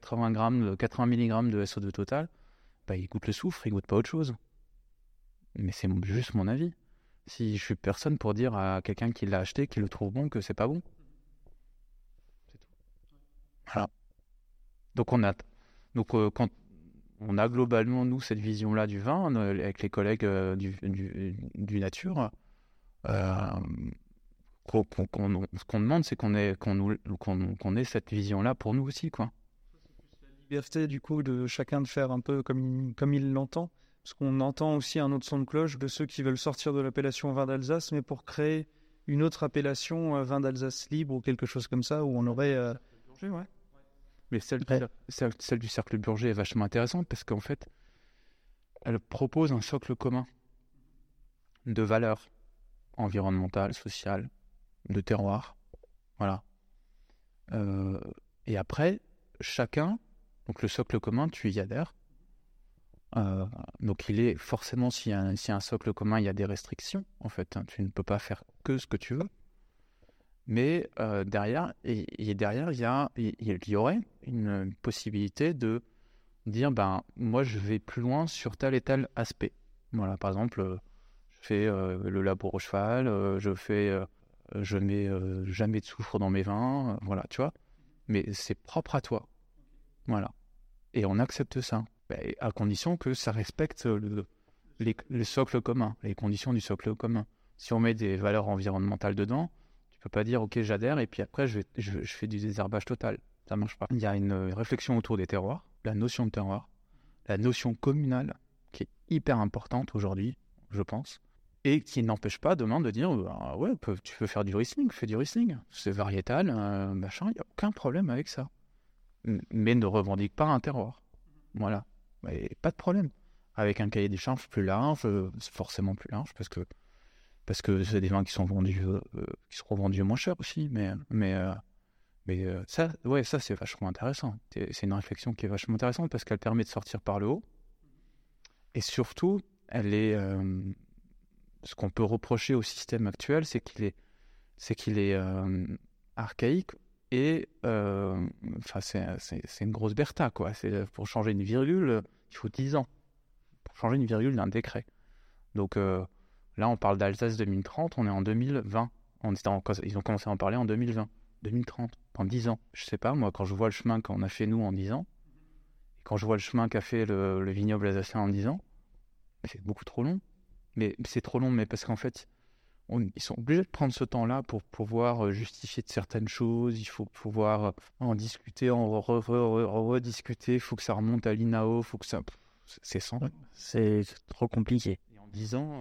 mg de SO2 total, il goûte le soufre, il goûte pas autre chose. Mais c'est juste mon avis. Si je suis personne pour dire à quelqu'un qui l'a acheté, qui le trouve bon, que c'est pas bon. C'est tout. Voilà. Donc quand on a globalement, nous, cette vision-là du vin, avec les collègues du Nature, ce qu'on demande, c'est qu'on ait cette vision-là pour nous aussi, quoi. La liberté, du coup, de chacun de faire un peu comme il l'entend. Parce qu'on entend aussi un autre son de cloche de ceux qui veulent sortir de l'appellation vin d'Alsace, mais pour créer une autre appellation vin d'Alsace libre ou quelque chose comme ça, où on aurait... Ouais. Mais celle du Cercle Burger est vachement intéressante parce qu'en fait, elle propose un socle commun de valeurs environnementales, sociales, de terroir. Voilà. Et après, chacun, donc le socle commun, tu y adhères. Donc il est forcément, s'il y a un socle commun, il y a des restrictions, en fait. Hein, tu ne peux pas faire que ce que tu veux. Mais derrière, il y aurait une possibilité de dire, moi je vais plus loin sur tel et tel aspect. Voilà, par exemple, Je fais le labour au cheval, je mets jamais de soufre dans mes vins, voilà, tu vois. Mais c'est propre à toi, voilà. Et on accepte ça, à condition que ça respecte le socle commun, les conditions du socle commun. Si on met des valeurs environnementales dedans, tu peux pas dire ok j'adhère et puis après je fais du désherbage total, ça marche pas. Il y a une réflexion autour des terroirs, la notion de terroir, la notion communale qui est hyper importante aujourd'hui, je pense, et qui n'empêche pas demain de dire ouais tu peux faire du Riesling, fais du Riesling, c'est variétal, machin, il n'y a aucun problème avec ça. Mais ne revendique pas un terroir. Voilà. Et pas de problème. Avec un cahier des charges plus large, c'est forcément plus large, parce que c'est des vins qui sont vendus, qui seront vendus moins cher aussi. Mais ça, c'est vachement intéressant. C'est une réflexion qui est vachement intéressante parce qu'elle permet de sortir par le haut. Et surtout, elle est. Ce qu'on peut reprocher au système actuel, c'est qu'il est archaïque. Et c'est une grosse berta, quoi. Pour changer une virgule, il faut 10 ans. Pour changer une virgule d'un décret. Donc là, on parle d'Alsace 2030, on est en 2020. Ils ont commencé à en parler en 2020, 2030, dans 10 ans. Je sais pas, moi, quand je vois le chemin qu'on a fait nous en 10 ans, et quand je vois le chemin qu'a fait le vignoble alsacien en 10 ans, c'est beaucoup trop long. Mais c'est trop long, mais parce qu'en fait, ils sont obligés de prendre ce temps-là pour pouvoir justifier de certaines choses. Il faut pouvoir en discuter, en rediscuter. Il faut que ça remonte à l'INAO. Faut que ça... C'est sans. C'est trop compliqué. Et en 10 ans,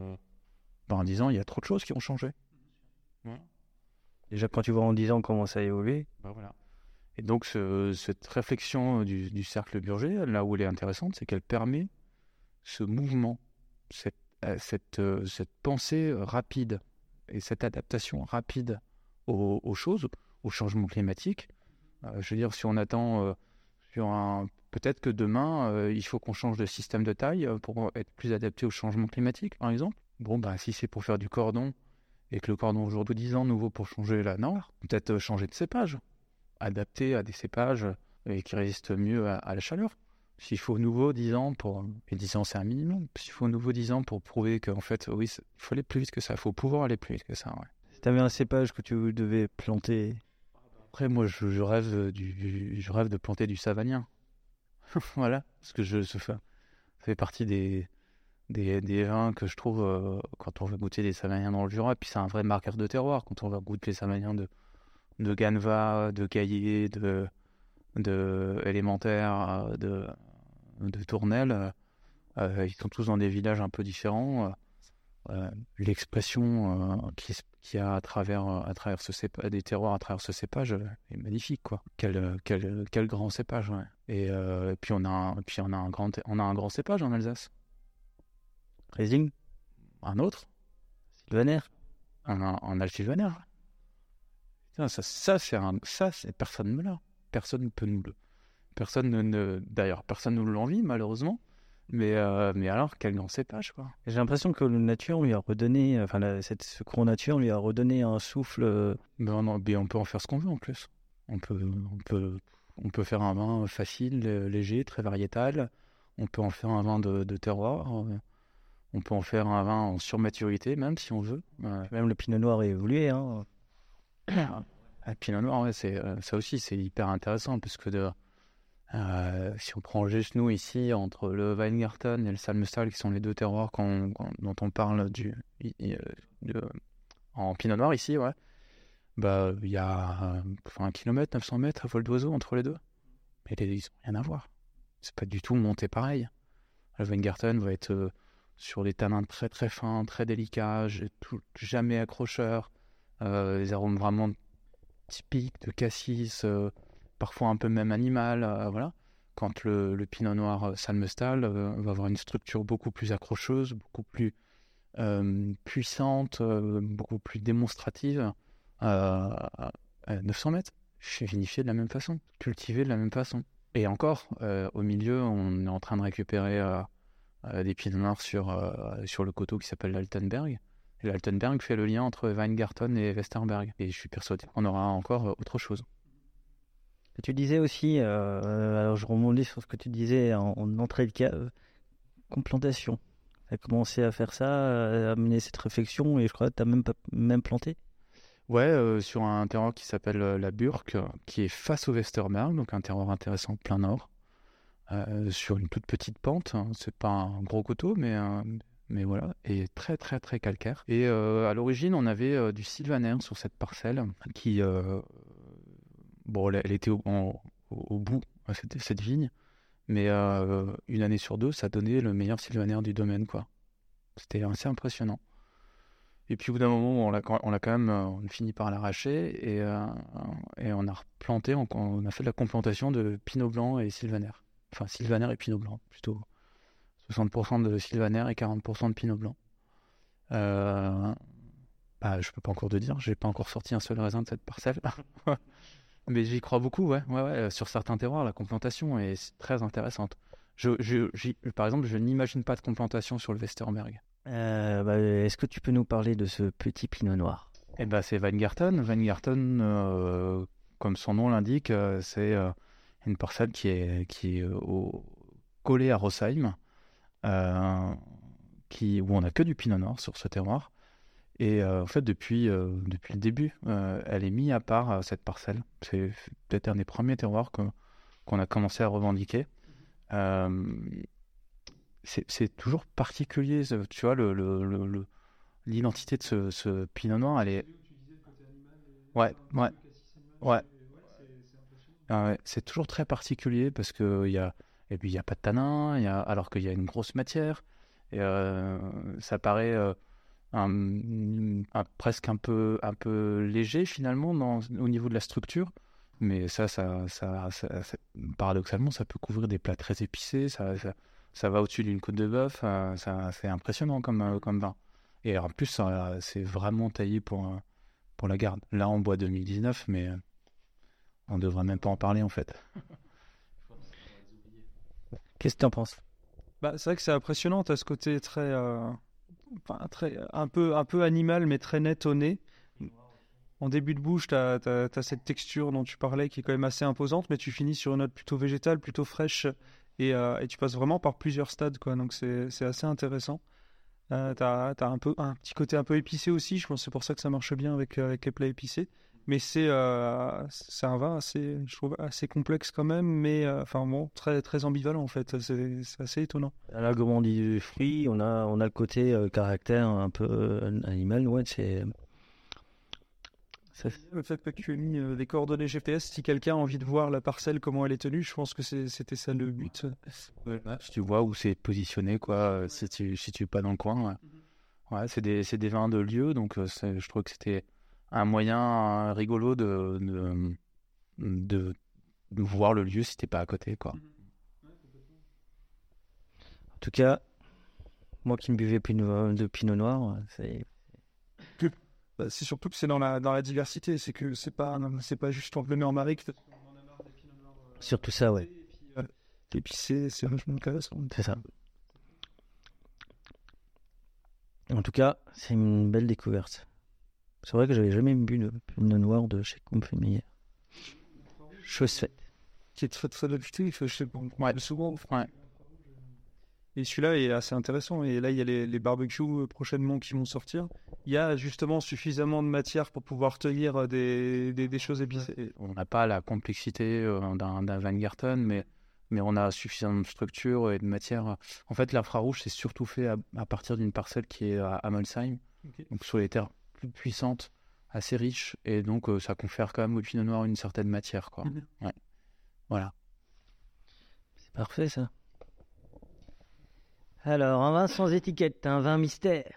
il y a trop de choses qui ont changé. Voilà. Déjà, quand tu vois en 10 ans comment ça a évolué. Voilà. Et donc, cette réflexion du cercle Burger, là où elle est intéressante, c'est qu'elle permet ce mouvement, cette pensée rapide et cette adaptation rapide aux choses, au changement climatique. Je veux dire, si on attend peut-être que demain, il faut qu'on change de système de taille pour être plus adapté au changement climatique, par exemple. Bon, si c'est pour faire du cordon et que le cordon aujourd'hui 10 ans nouveau pour changer la norme, peut-être changer de cépage, adapter à des cépages et qui résistent mieux à la chaleur. S'il faut nouveau 10 ans et 10 ans c'est un minimum, s'il faut nouveau 10 ans pour prouver qu'en fait, oui, il faut aller plus vite que ça, il faut pouvoir aller plus vite que ça, ouais. Si tu avais un cépage que tu devais planter... Après, moi, je rêve de planter du savagnin. Voilà, parce que ça fait partie des vins que je trouve quand on va goûter des savagnins dans le Jura, puis c'est un vrai marqueur de terroir, quand on va goûter les savagnins de Ganeva, de Caillé, de Élémentaire, de Tournelle, ils sont tous dans des villages un peu différents. L'expression qu'il y a à travers des terroirs à travers ce cépage est magnifique, quoi. Quel grand cépage, ouais. Et puis on a un grand cépage en Alsace. Riesling. Un autre. Sylvaner. Un Altsylvaner. Ça c'est personne ne l'a. Personne ne peut nous le. D'ailleurs, personne ne nous l'envie, malheureusement. Mais alors, quel grand cépage, quoi. J'ai l'impression que la nature lui a redonné, ce cron nature lui a redonné un souffle. Mais on peut en faire ce qu'on veut en plus. On peut faire un vin facile, léger, très variétal. On peut en faire un vin de terroir. On peut en faire un vin en surmaturité, même si on veut. Même le pinot noir est évolué, hein. Le pinot noir, ouais, ça aussi, c'est hyper intéressant, parce que si on prend juste nous ici, entre le Weingarten et le Salmestal, qui sont les deux terroirs dont on parle en pinot noir ici, ouais, il y a 1 km, 900 mètres à vol d'oiseau entre les deux. Mais ils n'ont rien à voir. C'est pas du tout monté pareil. Le Weingarten va être sur des tanins très très fins, très délicats, jamais accrocheurs, des arômes vraiment typiques de cassis, parfois un peu même animal, voilà. Quand le pinot noir Salmestal va avoir une structure beaucoup plus accrocheuse, beaucoup plus puissante, beaucoup plus démonstrative, à 900 mètres, vinifié de la même façon, cultivé de la même façon. Et encore, au milieu, on est en train de récupérer des pinots noirs sur le coteau qui s'appelle l'Altenberg. Et l'Altenberg fait le lien entre Weingarten et Westerberg. Et je suis persuadé qu'on aura encore autre chose. Tu disais aussi, alors je rebondis sur ce que tu disais en entrée de cave, complantation. as commencé à faire ça, à mener cette réflexion, et je crois que tu as même planté. Ouais, sur un terroir qui s'appelle la Burque, qui est face au Westerberg, donc un terroir intéressant plein nord, sur une toute petite pente. Hein. C'est pas un gros coteau, mais voilà, et très très très calcaire. Et à l'origine, on avait du sylvaner sur cette parcelle qui, bon, elle était au bout, cette vigne, mais une année sur deux, ça donnait le meilleur sylvaner du domaine, quoi. C'était assez impressionnant. Et puis au bout d'un moment, on a quand même on a fini par l'arracher et on a replanté, on a fait de la complantation de pinot blanc et sylvaner. Enfin, sylvaner et pinot blanc, plutôt 60% de sylvaner et 40% de pinot blanc. Je peux pas encore te dire, j'ai pas encore sorti un seul raisin de cette parcelle. Mais j'y crois beaucoup, ouais. Sur certains terroirs, la complantation est très intéressante. Par exemple, je n'imagine pas de complantation sur le Westerberg. Est-ce que tu peux nous parler de ce petit pinot noir? C'est Weingarten. Weingarten, comme son nom l'indique, c'est une parcelle qui est collée à Rosheim, où on n'a que du pinot noir sur ce terroir. Et en fait, depuis le début, elle est mise à part, cette parcelle. C'est peut-être un des premiers terroirs qu'on a commencé à revendiquer. C'est toujours particulier, tu vois, l'identité de ce pinot noir, elle est... Ouais. C'est toujours très particulier parce que il y a pas de tanin, alors qu'il y a une grosse matière, et ça paraît presque un peu léger finalement au niveau de la structure, mais ça paradoxalement, ça peut couvrir des plats très épicés, ça va au-dessus d'une côte de bœuf, c'est impressionnant comme vin. Et en plus, c'est vraiment taillé pour la garde. Là, on boit 2019, mais on ne devrait même pas en parler en fait. Qu'est-ce que tu en penses? C'est vrai que c'est impressionnant, tu as ce côté très, un peu animal, mais très net au nez. En début de bouche, tu as cette texture dont tu parlais qui est quand même assez imposante, mais tu finis sur une note plutôt végétale, plutôt fraîche. Et tu passes vraiment par plusieurs stades, quoi. Donc c'est assez intéressant. T'as un petit côté un peu épicé aussi. Je pense que c'est pour ça que ça marche bien avec les plats épicés. Mais c'est un vin assez, je trouve, assez complexe quand même, mais très très ambivalent en fait. C'est assez étonnant. À l'argument du fruit, on a le côté caractère un peu animal. Ouais, c'est... Le fait que tu aies mis des coordonnées GPS, si quelqu'un a envie de voir la parcelle, comment elle est tenue, je pense que c'était ça le but. Si tu vois où c'est positionné, quoi, si tu es pas dans le coin. Ouais, c'est des vins de lieu, donc je trouve que c'était un moyen rigolo de voir le lieu si t'es pas à côté, quoi. En tout cas, moi qui ne buvais plus de pinot noir, c'est... C'est surtout que c'est dans la diversité, c'est que c'est pas juste on le met en marique. Surtout ça, ouais. Et puis c'est vachement intéressant. C'est ça. En tout cas, c'est une belle découverte. C'est vrai que j'avais jamais bu de pinot noir de chez Confémière. Chose faite. Qui est très très réputé, je sais pas. Ouais. Souvent. Ouais. Et celui-là est assez intéressant. Et là, il y a les barbecues prochainement qui vont sortir. Il y a justement suffisamment de matière pour pouvoir cueillir des choses épicées. On n'a pas la complexité d'un Weingarten, mais on a suffisamment de structure et de matière. En fait, l'infrarouge, c'est surtout fait à partir d'une parcelle qui est à Molsheim, donc sur les terres plus puissantes, assez riches, et donc ça confère quand même au pinot noir une certaine matière, quoi. Ouais. Voilà. C'est parfait, ça. Alors, un vin sans étiquette, un vin mystère.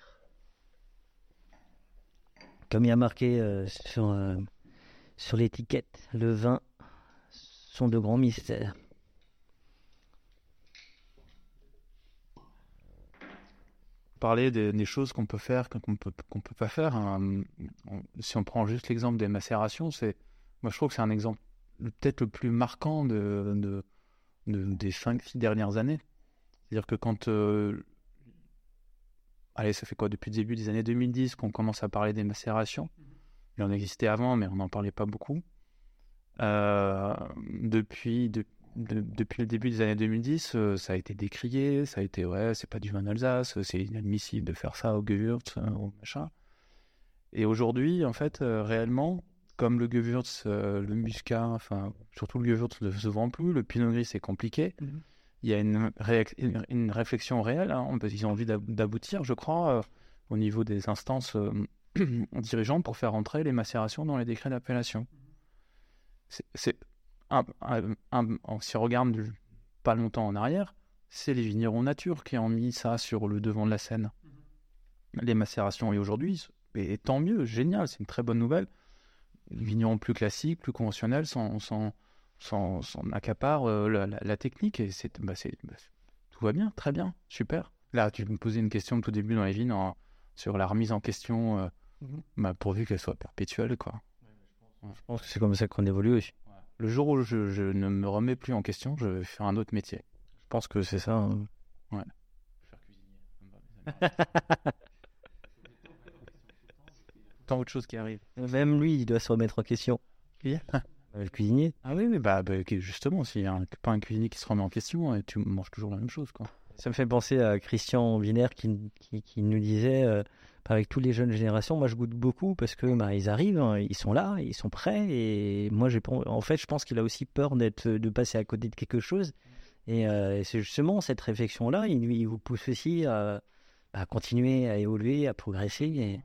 Comme il y a marqué sur l'étiquette, le vin sont de grands mystères. Parler des choses qu'on peut faire, qu'on peut pas faire. Si on prend juste l'exemple des macérations, moi je trouve que c'est un exemple peut-être le plus marquant des 5-6 dernières années. C'est-à-dire que quand... ça fait quoi, depuis le début des années 2010 qu'on commence à parler des macérations. Il en existait avant, mais on n'en parlait pas beaucoup. Depuis depuis le début des années 2010, ça a été décrié, ça a été c'est pas du vin d'Alsace, c'est inadmissible de faire ça au Gewürz, au machin. Et aujourd'hui, en fait, réellement, comme le Gewürz, le Muscat, enfin, surtout le Gewürz ne se vend plus, le Pinot Gris c'est compliqué. Il y a une réflexion réelle, hein, ils ont envie d'aboutir, je crois, au niveau des instances dirigeantes pour faire entrer les macérations dans les décrets d'appellation. Si on regarde pas longtemps en arrière, c'est les vignerons nature qui ont mis ça sur le devant de la scène. Les macérations, et aujourd'hui, et tant mieux, génial, c'est une très bonne nouvelle. Les vignerons plus classiques, plus conventionnels s'en accaparent la technique, et tout va bien, très bien, super. Là, tu me posais une question au tout début dans les vignes sur la remise en question, pourvu qu'elle soit perpétuelle, quoi. Je pense que c'est comme ça qu'on évolue aussi. Le jour où je ne me remets plus en question, je vais faire un autre métier. Je pense que c'est ça. Hein. Ouais. Tant autre chose qui arrive. Même lui, il doit se remettre en question. Le cuisinier. Ah oui, mais justement, s'il n'y a pas un cuisinier qui se remet en question, tu manges toujours la même chose, quoi. Ça me fait penser à Christian Wiener qui nous disait, avec toutes les jeunes générations, moi je goûte beaucoup parce que ils arrivent, hein, ils sont là, ils sont prêts, et moi je pense qu'il a aussi peur de passer à côté de quelque chose, et c'est justement cette réflexion-là, il vous pousse aussi à continuer à évoluer, à progresser.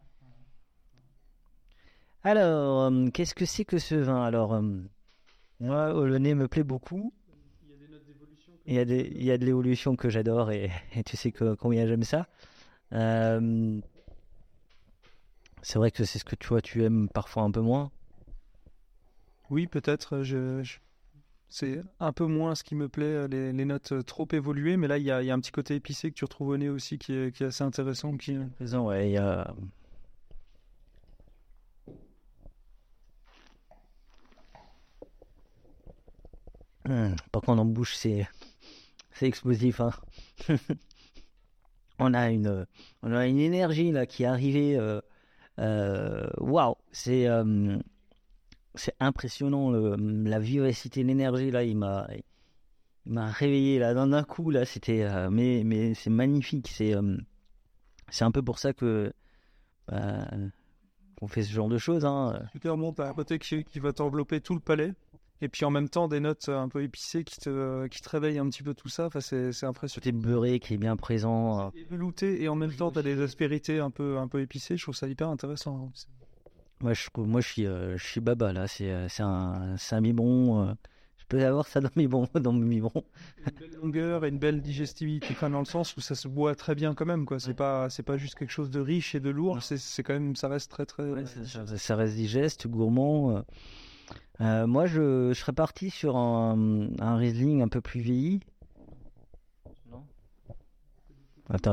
Alors, qu'est-ce que c'est que ce vin? Alors, moi, le nez me plaît beaucoup. Il y a de l'évolution que j'adore, et tu sais combien j'aime ça. C'est vrai que c'est ce que tu aimes parfois un peu moins. Oui, peut-être. C'est un peu moins ce qui me plaît, les notes trop évoluées, mais là, il y a un petit côté épicé que tu retrouves au nez aussi qui est assez intéressant. Présent, ouais, il y a... Par contre, en bouche, c'est explosif, hein. On a une énergie là qui est arrivée. Waouh, c'est impressionnant, la vivacité, l'énergie là. Il m'a réveillé là d'un coup là. C'était mais c'est magnifique. C'est un peu pour ça que qu'on fait ce genre de choses, hein. Clairement, t'as un côté qui va t'envelopper tout le palais. Et puis en même temps, des notes un peu épicées qui te réveillent un petit peu tout ça. Enfin, c'est impressionnant. Côté beurré qui est bien présent. Et velouté, et en même temps, tu as des aspérités un peu épicées. Je trouve ça hyper intéressant. Moi, je suis baba là. C'est un mi-bon. Je peux avoir ça dans mes bons. Une belle longueur et une belle digestivité, enfin, dans le sens où ça se boit très bien quand même, quoi. C'est pas juste quelque chose de riche et de lourd. C'est quand même, ça reste très très. Ouais, ça reste digeste, gourmand. Moi, je serais parti sur un Riesling un peu plus vieilli. Non. Attends.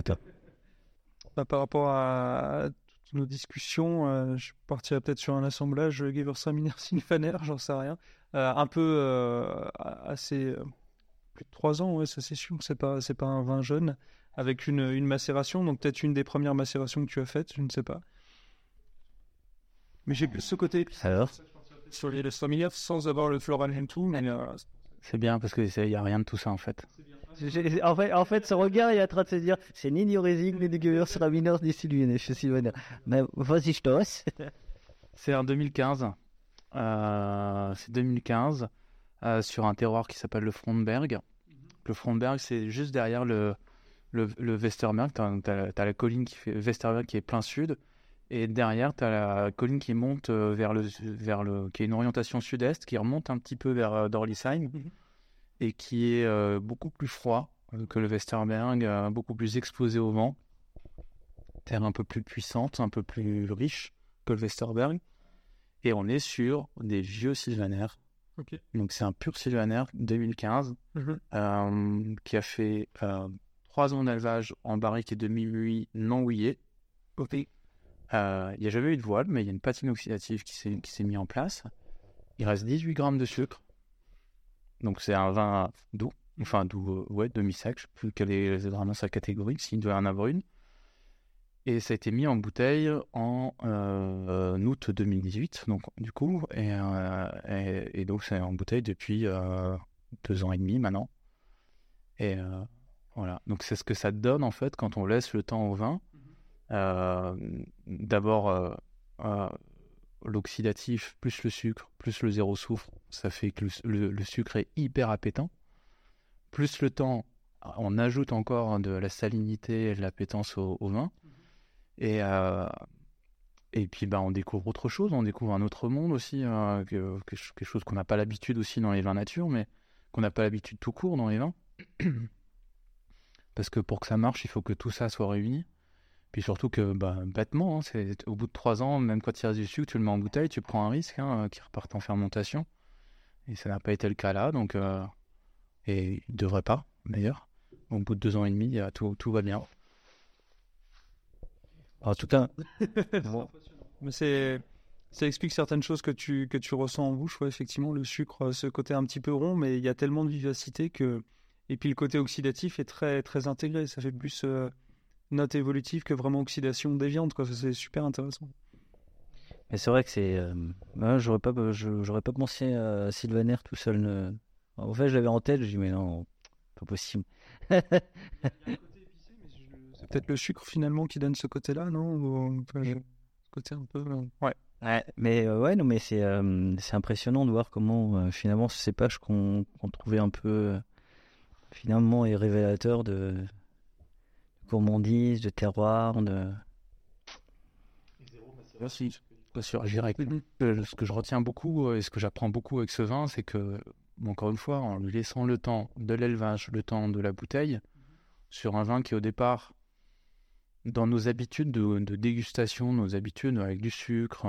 Par rapport à toutes nos discussions, je partirais peut-être sur un assemblage Gewürztraminer Sylvaner, j'en sais rien. Un peu assez plus de 3 ans, ouais, ça c'est sûr. C'est pas un vin jeune, avec une macération, donc peut-être une des premières macérations que tu as faites, je ne sais pas. Mais j'ai plus ce côté. Alors. Sur les Gewürztraminer sans avoir le floral and tout, mais c'est bien parce qu'il n'y a rien de tout ça en fait. En fait, ce regard il est en train de se dire c'est ni du Riesling, ni du Gewürztraminer, ni Sylvaner. Mais vas-y, je t'ose. C'est en 2015. C'est 2015 sur un terroir qui s'appelle le Frontberg. Le Frontberg, c'est juste derrière le Westerberg. T'as la colline qui fait Westerberg qui est plein sud. Et derrière, tu as la colline qui monte qui est une orientation sud-est, qui remonte un petit peu vers Dorlisheim, et qui est beaucoup plus froid que le Westerberg, beaucoup plus exposé au vent. Terre un peu plus puissante, un peu plus riche que le Westerberg. Et on est sur des vieux Sylvaner. Okay. Donc c'est un pur Sylvaner 2015, qui a fait 3 ans d'élevage en barrique et demi-muit non houillé. Okay. Il n'y a jamais eu de voile, mais il y a une patine oxydative qui s'est mise en place. Il reste 18 grammes de sucre. Donc c'est un vin doux. Enfin doux, demi-sec. Je ne sais plus quelle est vraiment sa catégorie, s'il doit y en avoir une. Et ça a été mis en bouteille en août 2018, donc du coup. Et donc c'est en bouteille depuis 2 ans et demi maintenant. Et voilà, donc c'est ce que ça donne en fait quand on laisse le temps au vin. D'abord, l'oxydatif plus le sucre, plus le zéro soufre, ça fait que le sucre est hyper appétant. Plus le temps, on ajoute encore de la salinité et de l'appétence au vin. Et puis on découvre autre chose, on découvre un autre monde aussi, quelque chose qu'on n'a pas l'habitude aussi dans les vins nature, mais qu'on n'a pas l'habitude tout court dans les vins. Parce que pour que ça marche, il faut que tout ça soit réuni. Puis surtout que, bêtement, c'est, au bout de 3 ans, même quand il reste du sucre, tu le mets en bouteille, tu prends un risque qu'il reparte en fermentation. Et ça n'a pas été le cas là, donc... et il ne devrait pas, d'ailleurs. Au bout de 2 ans et demi, tout va bien. En tout cas... Bon. Mais ça explique certaines choses que tu ressens en bouche. Ouais, effectivement, le sucre, ce côté un petit peu rond, mais il y a tellement de vivacité que... Et puis le côté oxydatif est très, très intégré. Ça fait plus note évolutive que vraiment oxydation des viandes, quoi. C'est super intéressant. Mais c'est vrai que c'est... j'aurais pas pensé à Sylvaner tout seul. En fait, je l'avais en tête, je dis mais non, pas possible. Il y a un côté épicé, mais c'est peut-être le sucre finalement qui donne ce côté-là, non? Ce côté un peu... Ouais. Ouais, mais non, mais c'est impressionnant de voir comment finalement ce cépage qu'on trouvait un peu finalement est révélateur de gourmandise, de terroir, de... Merci. Pas sûr, je dirais que ce que je retiens beaucoup et ce que j'apprends beaucoup avec ce vin, c'est que, encore une fois, en lui laissant le temps de l'élevage, le temps de la bouteille, sur un vin qui au départ, dans nos habitudes de dégustation, nos habitudes avec du sucre,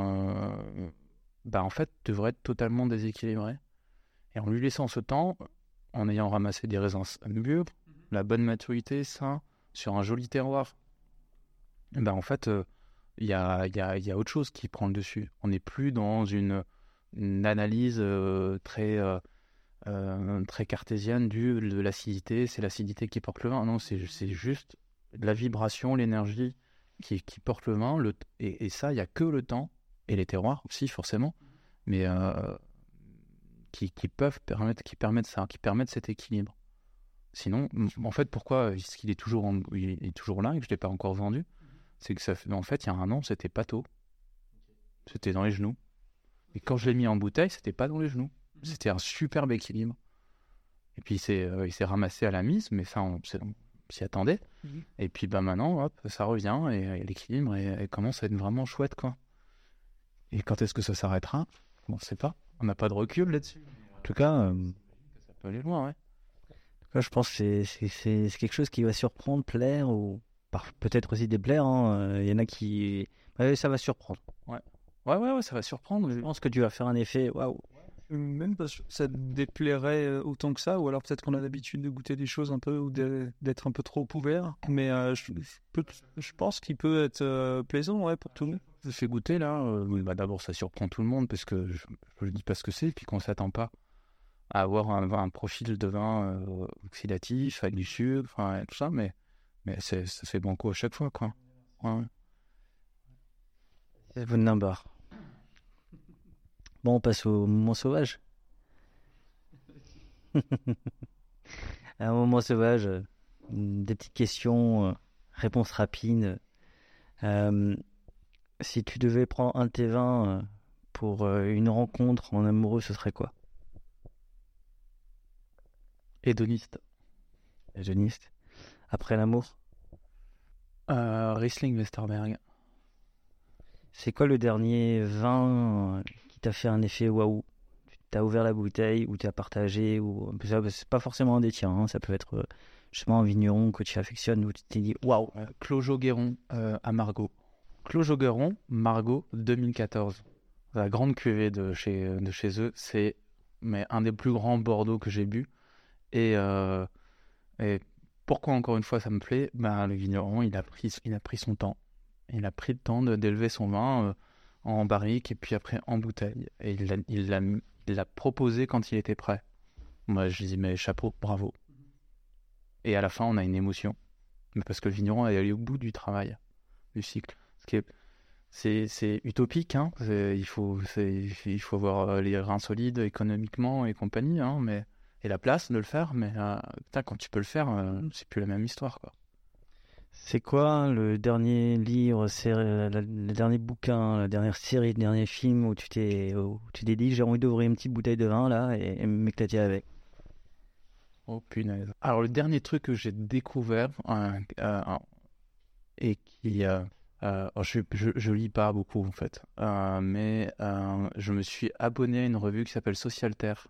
en fait, devrait être totalement déséquilibré. Et en lui laissant ce temps, en ayant ramassé des raisins mûrs, la bonne maturité, ça, sur un joli terroir, en fait, il y a autre chose qui prend le dessus. On n'est plus dans une analyse très cartésienne de l'acidité, c'est l'acidité qui porte le vin. Non, c'est juste la vibration, l'énergie qui porte le vin. Et ça, il n'y a que le temps, et les terroirs aussi, forcément, mais qui permettent ça, qui permettent cet équilibre. Sinon, en fait, pourquoi est-ce qu'il est toujours là et que je ne l'ai pas encore vendu? C'est que en fait, il y a 1 an, c'était pâteau. C'était dans les genoux. Et quand je l'ai mis en bouteille, c'était pas dans les genoux. C'était un superbe équilibre. Et puis, il s'est ramassé à la mise, mais ça, on s'y attendait. Et puis, maintenant, hop, ça revient et l'équilibre commence à être vraiment chouette, quoi. Et quand est-ce que ça s'arrêtera? On ne sait pas. On n'a pas de recul là-dessus. En tout cas, ça peut aller loin, ouais. En tout cas, je pense que c'est quelque chose qui va surprendre, plaire, ou peut-être aussi déplaire. Il y en a qui... ça va surprendre. Ouais, ça va surprendre. Je pense que tu vas faire un effet waouh. Même parce que ça te déplairait autant que ça, ou alors peut-être qu'on a l'habitude de goûter des choses un peu, ou d'être un peu trop ouvert. Mais je pense qu'il peut être plaisant, ouais, pour tout le monde. Je fais goûter là. D'abord, ça surprend tout le monde parce que je ne dis pas ce que c'est, et puis qu'on ne s'attend pas à avoir un profil de vin oxydatif avec du sucre, tout ça, mais ça fait banco à chaque fois, quoi. Ouais. C'est bon number. Bon, on passe au moment sauvage. Un moment sauvage, des petites questions, réponses rapides. Si tu devais prendre un de tes vins pour une rencontre en amoureux, ce serait quoi? Hédoniste. Hédoniste. Après l'amour? Riesling Westerberg. C'est quoi le dernier vin qui t'a fait un effet waouh? Tu as ouvert la bouteille ou tu as partagé, ou c'est pas forcément un des tiens, ça peut être justement un vigneron que tu affectionnes où tu t'es dit waouh. Clos Jogueron à Margaux. Clos Jogueron, Margaux 2014. La grande cuvée de chez eux, c'est un des plus grands Bordeaux que j'ai bu. Et pourquoi encore une fois ça me plaît? Le vigneron, il a pris son temps. Il a pris le temps d'élever son vin en barrique et puis après en bouteille. Et il l'a proposé quand il était prêt. Moi, je dis, mais chapeau, bravo. Et à la fin, on a une émotion. Mais parce que le vigneron est allé au bout du travail, du cycle. C'est utopique, hein. Il faut avoir les reins solides économiquement et compagnie, hein, mais la place de le faire, mais putain, quand tu peux le faire, c'est plus la même histoire, quoi. C'est quoi le dernier livre, le dernier bouquin, la dernière série, le dernier film où tu t'es dit j'ai envie d'ouvrir une petite bouteille de vin là et m'éclater avec? Oh punaise. Alors le dernier truc que j'ai découvert et qui je lis pas beaucoup en fait, mais je me suis abonné à une revue qui s'appelle Social Terre,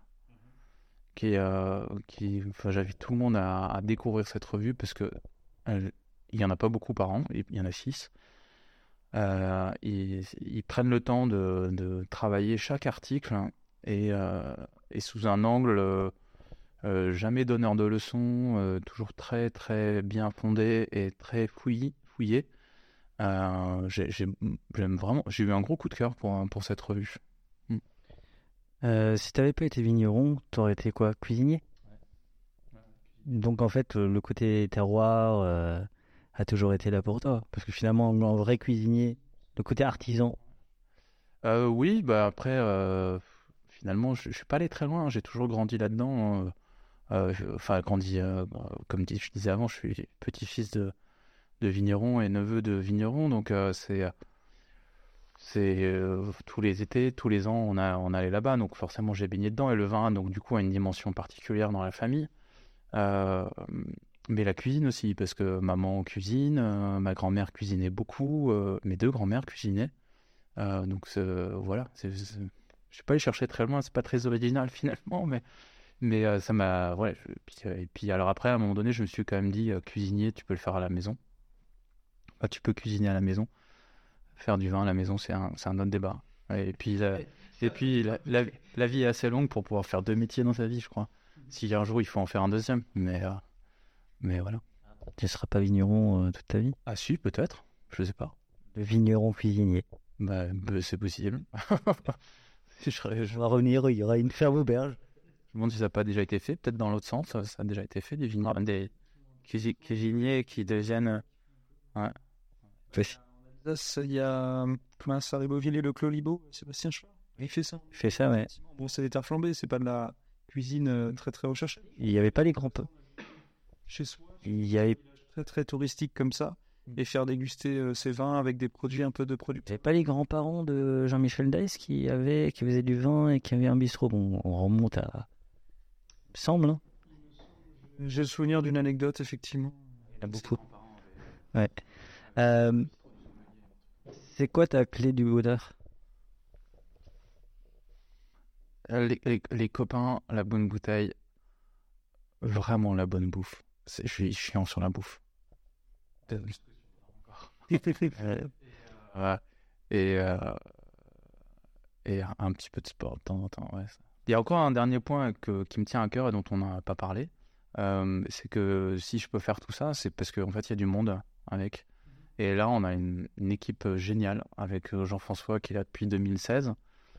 enfin, j'invite tout le monde à découvrir cette revue parce que il y en a pas beaucoup par an, il y en a 6. Ils prennent le temps de travailler chaque article et sous un angle jamais donneur de leçons, toujours très très bien fondé et très fouillé. J'aime vraiment, j'ai eu un gros coup de cœur pour cette revue. Si t'avais pas été vigneron, t'aurais été quoi? Cuisinier? Donc en fait, le côté terroir a toujours été là pour toi. Parce que finalement, un vrai cuisinier, le côté artisan. Oui, bah après, finalement, je suis pas allé très loin. J'ai toujours grandi là-dedans. Enfin, grandi, comme je disais avant, je suis petit-fils de vigneron et neveu de vigneron. Donc c'est tous les étés, tous les ans, on allait là-bas. Donc forcément, j'ai baigné dedans. Et le vin, donc du coup, a une dimension particulière dans la famille. Mais la cuisine aussi, parce que maman cuisine, ma grand-mère cuisinait beaucoup, mes 2 grand-mères cuisinaient. Donc voilà, je suis pas allé chercher très loin, c'est pas très original finalement, mais ça m'a... Ouais, et puis alors après, à un moment donné, je me suis quand même dit, cuisinier, tu peux le faire à la maison. Enfin, tu peux cuisiner à la maison. Faire du vin à la maison, c'est un autre débat. Et puis, la vie est assez longue pour pouvoir faire 2 métiers dans sa vie, je crois. Si un jour il faut en faire un deuxième, mais voilà. Tu seras pas vigneron toute ta vie? Ah si, peut-être, je sais pas. Le vigneron cuisinier. Bah, c'est possible. On va revenir, il y aura une ferme auberge. Je me demande si ça n'a pas déjà été fait, peut-être dans l'autre sens, ça a déjà été fait, des cuisiniers qui deviennent... Ouais. Il y a mince, à Ribeauvillé, le Clos Libaud, Sébastien Chouard, il fait ça. Il fait ça, ouais. Bon, c'est des terres flambées, c'est pas de la cuisine très très recherchée. Il n'y avait pas les grands... Chez soi, il y avait très très touristique comme ça, et faire déguster ses vins avec des produits, un peu de produits. Il n'y avait pas les grands-parents de Jean-Michel Deiss qui faisaient du vin et qui avaient un bistrot. Bon, on remonte à... Il me semble, hein. J'ai le souvenir d'une anecdote, effectivement. Il y en a beaucoup. Ouais. C'est quoi ta clé du bonheur? Les copains, la bonne bouteille, vraiment la bonne bouffe. Je suis chiant sur la bouffe. Ouais. Et un petit peu de sport de temps en temps. Ouais. Il y a encore un dernier point qui me tient à cœur et dont on n'a pas parlé. C'est que si je peux faire tout ça, c'est parce qu'en fait, il y a du monde avec. Et là, on a une équipe géniale avec Jean-François qui est là depuis 2016.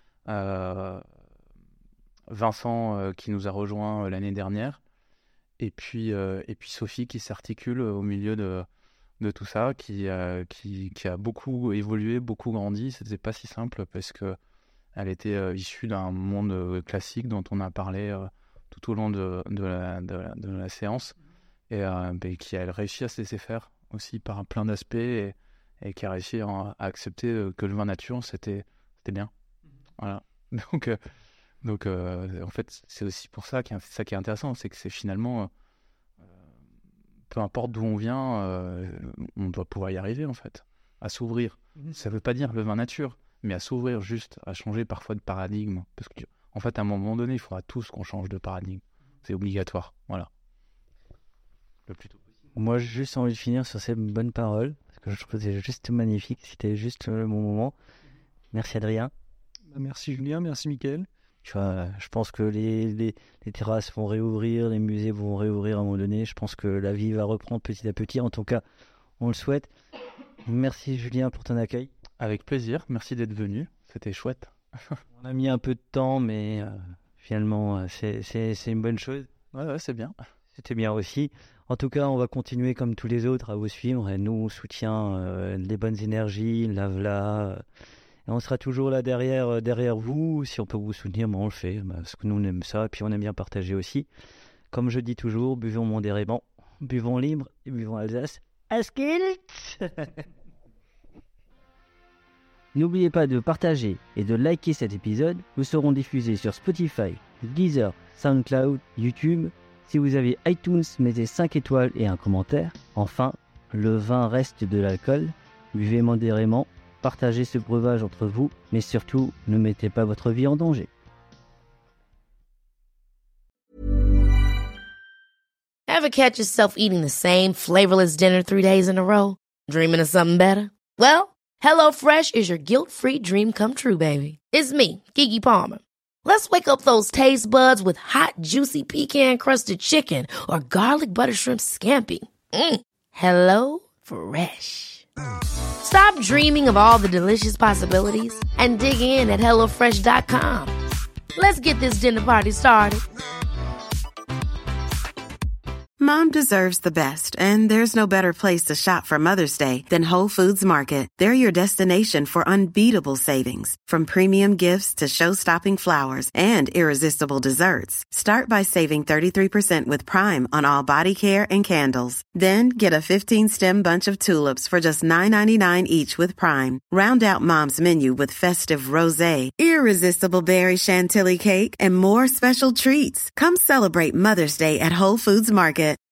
Vincent qui nous a rejoint l'année dernière. Et puis Sophie qui s'articule au milieu de tout ça, qui a beaucoup évolué, beaucoup grandi. C'était pas si simple parce que elle était issue d'un monde classique dont on a parlé tout au long de la séance et qui a réussi à se laisser faire aussi par plein d'aspects et qui a réussi à accepter que le vin nature c'était bien. Voilà. Donc en fait c'est aussi pour ça qui est intéressant, c'est que c'est finalement peu importe d'où on vient, on doit pouvoir y arriver en fait, à s'ouvrir. Ça veut pas dire le vin nature, mais à s'ouvrir juste, à changer parfois de paradigme, parce que en fait à un moment donné il faudra tous qu'on change de paradigme, c'est obligatoire, voilà. Le plus tôt possible. Moi j'ai juste envie de finir sur ces bonnes paroles, parce que je trouve que c'est juste magnifique, c'était juste le bon moment. Merci Adrien. Merci Julien, merci Mickaël. Tu vois, je pense que les terrasses vont réouvrir, les musées vont réouvrir à un moment donné. Je pense que la vie va reprendre petit à petit. En tout cas, on le souhaite. Merci Julien pour ton accueil. Avec plaisir, merci d'être venu. C'était chouette. On a mis un peu de temps, mais finalement, c'est une bonne chose. Ouais, c'est bien. C'était bien aussi. En tout cas, on va continuer comme tous les autres à vous suivre. Et nous, on soutient les bonnes énergies, l'AVLA, Et on sera toujours là derrière vous. Si on peut vous soutenir, on le fait. Parce que nous, on aime ça. Et puis, on aime bien partager aussi. Comme je dis toujours, buvons modérément, buvons libre et buvons Alsace. Askilt. N'oubliez pas de partager et de liker cet épisode. Nous serons diffusés sur Spotify, Deezer, SoundCloud, YouTube. Si vous avez iTunes, mettez 5 étoiles et un commentaire. Enfin, le vin reste de l'alcool. Buvez modérément, partagez ce breuvage entre vous, mais surtout, ne mettez pas votre vie en danger. Ever catch yourself eating the same flavorless dinner 3 days in a row? Dreaming of something better? Well, HelloFresh is your guilt-free dream come true, baby. It's me, Keke Palmer. Let's wake up those taste buds with hot, juicy pecan-crusted chicken or garlic butter shrimp scampi. Hello Fresh. Stop dreaming of all the delicious possibilities and dig in at HelloFresh.com. Let's get this dinner party started. Mom deserves the best, and there's no better place to shop for Mother's Day than Whole Foods Market. They're your destination for unbeatable savings, from premium gifts to show-stopping flowers and irresistible desserts. Start by saving 33% with Prime on all body care and candles. Then get a 15-stem bunch of tulips for just $9.99 each with Prime. Round out Mom's menu with festive rosé, irresistible berry chantilly cake, and more special treats. Come celebrate Mother's Day at Whole Foods Market.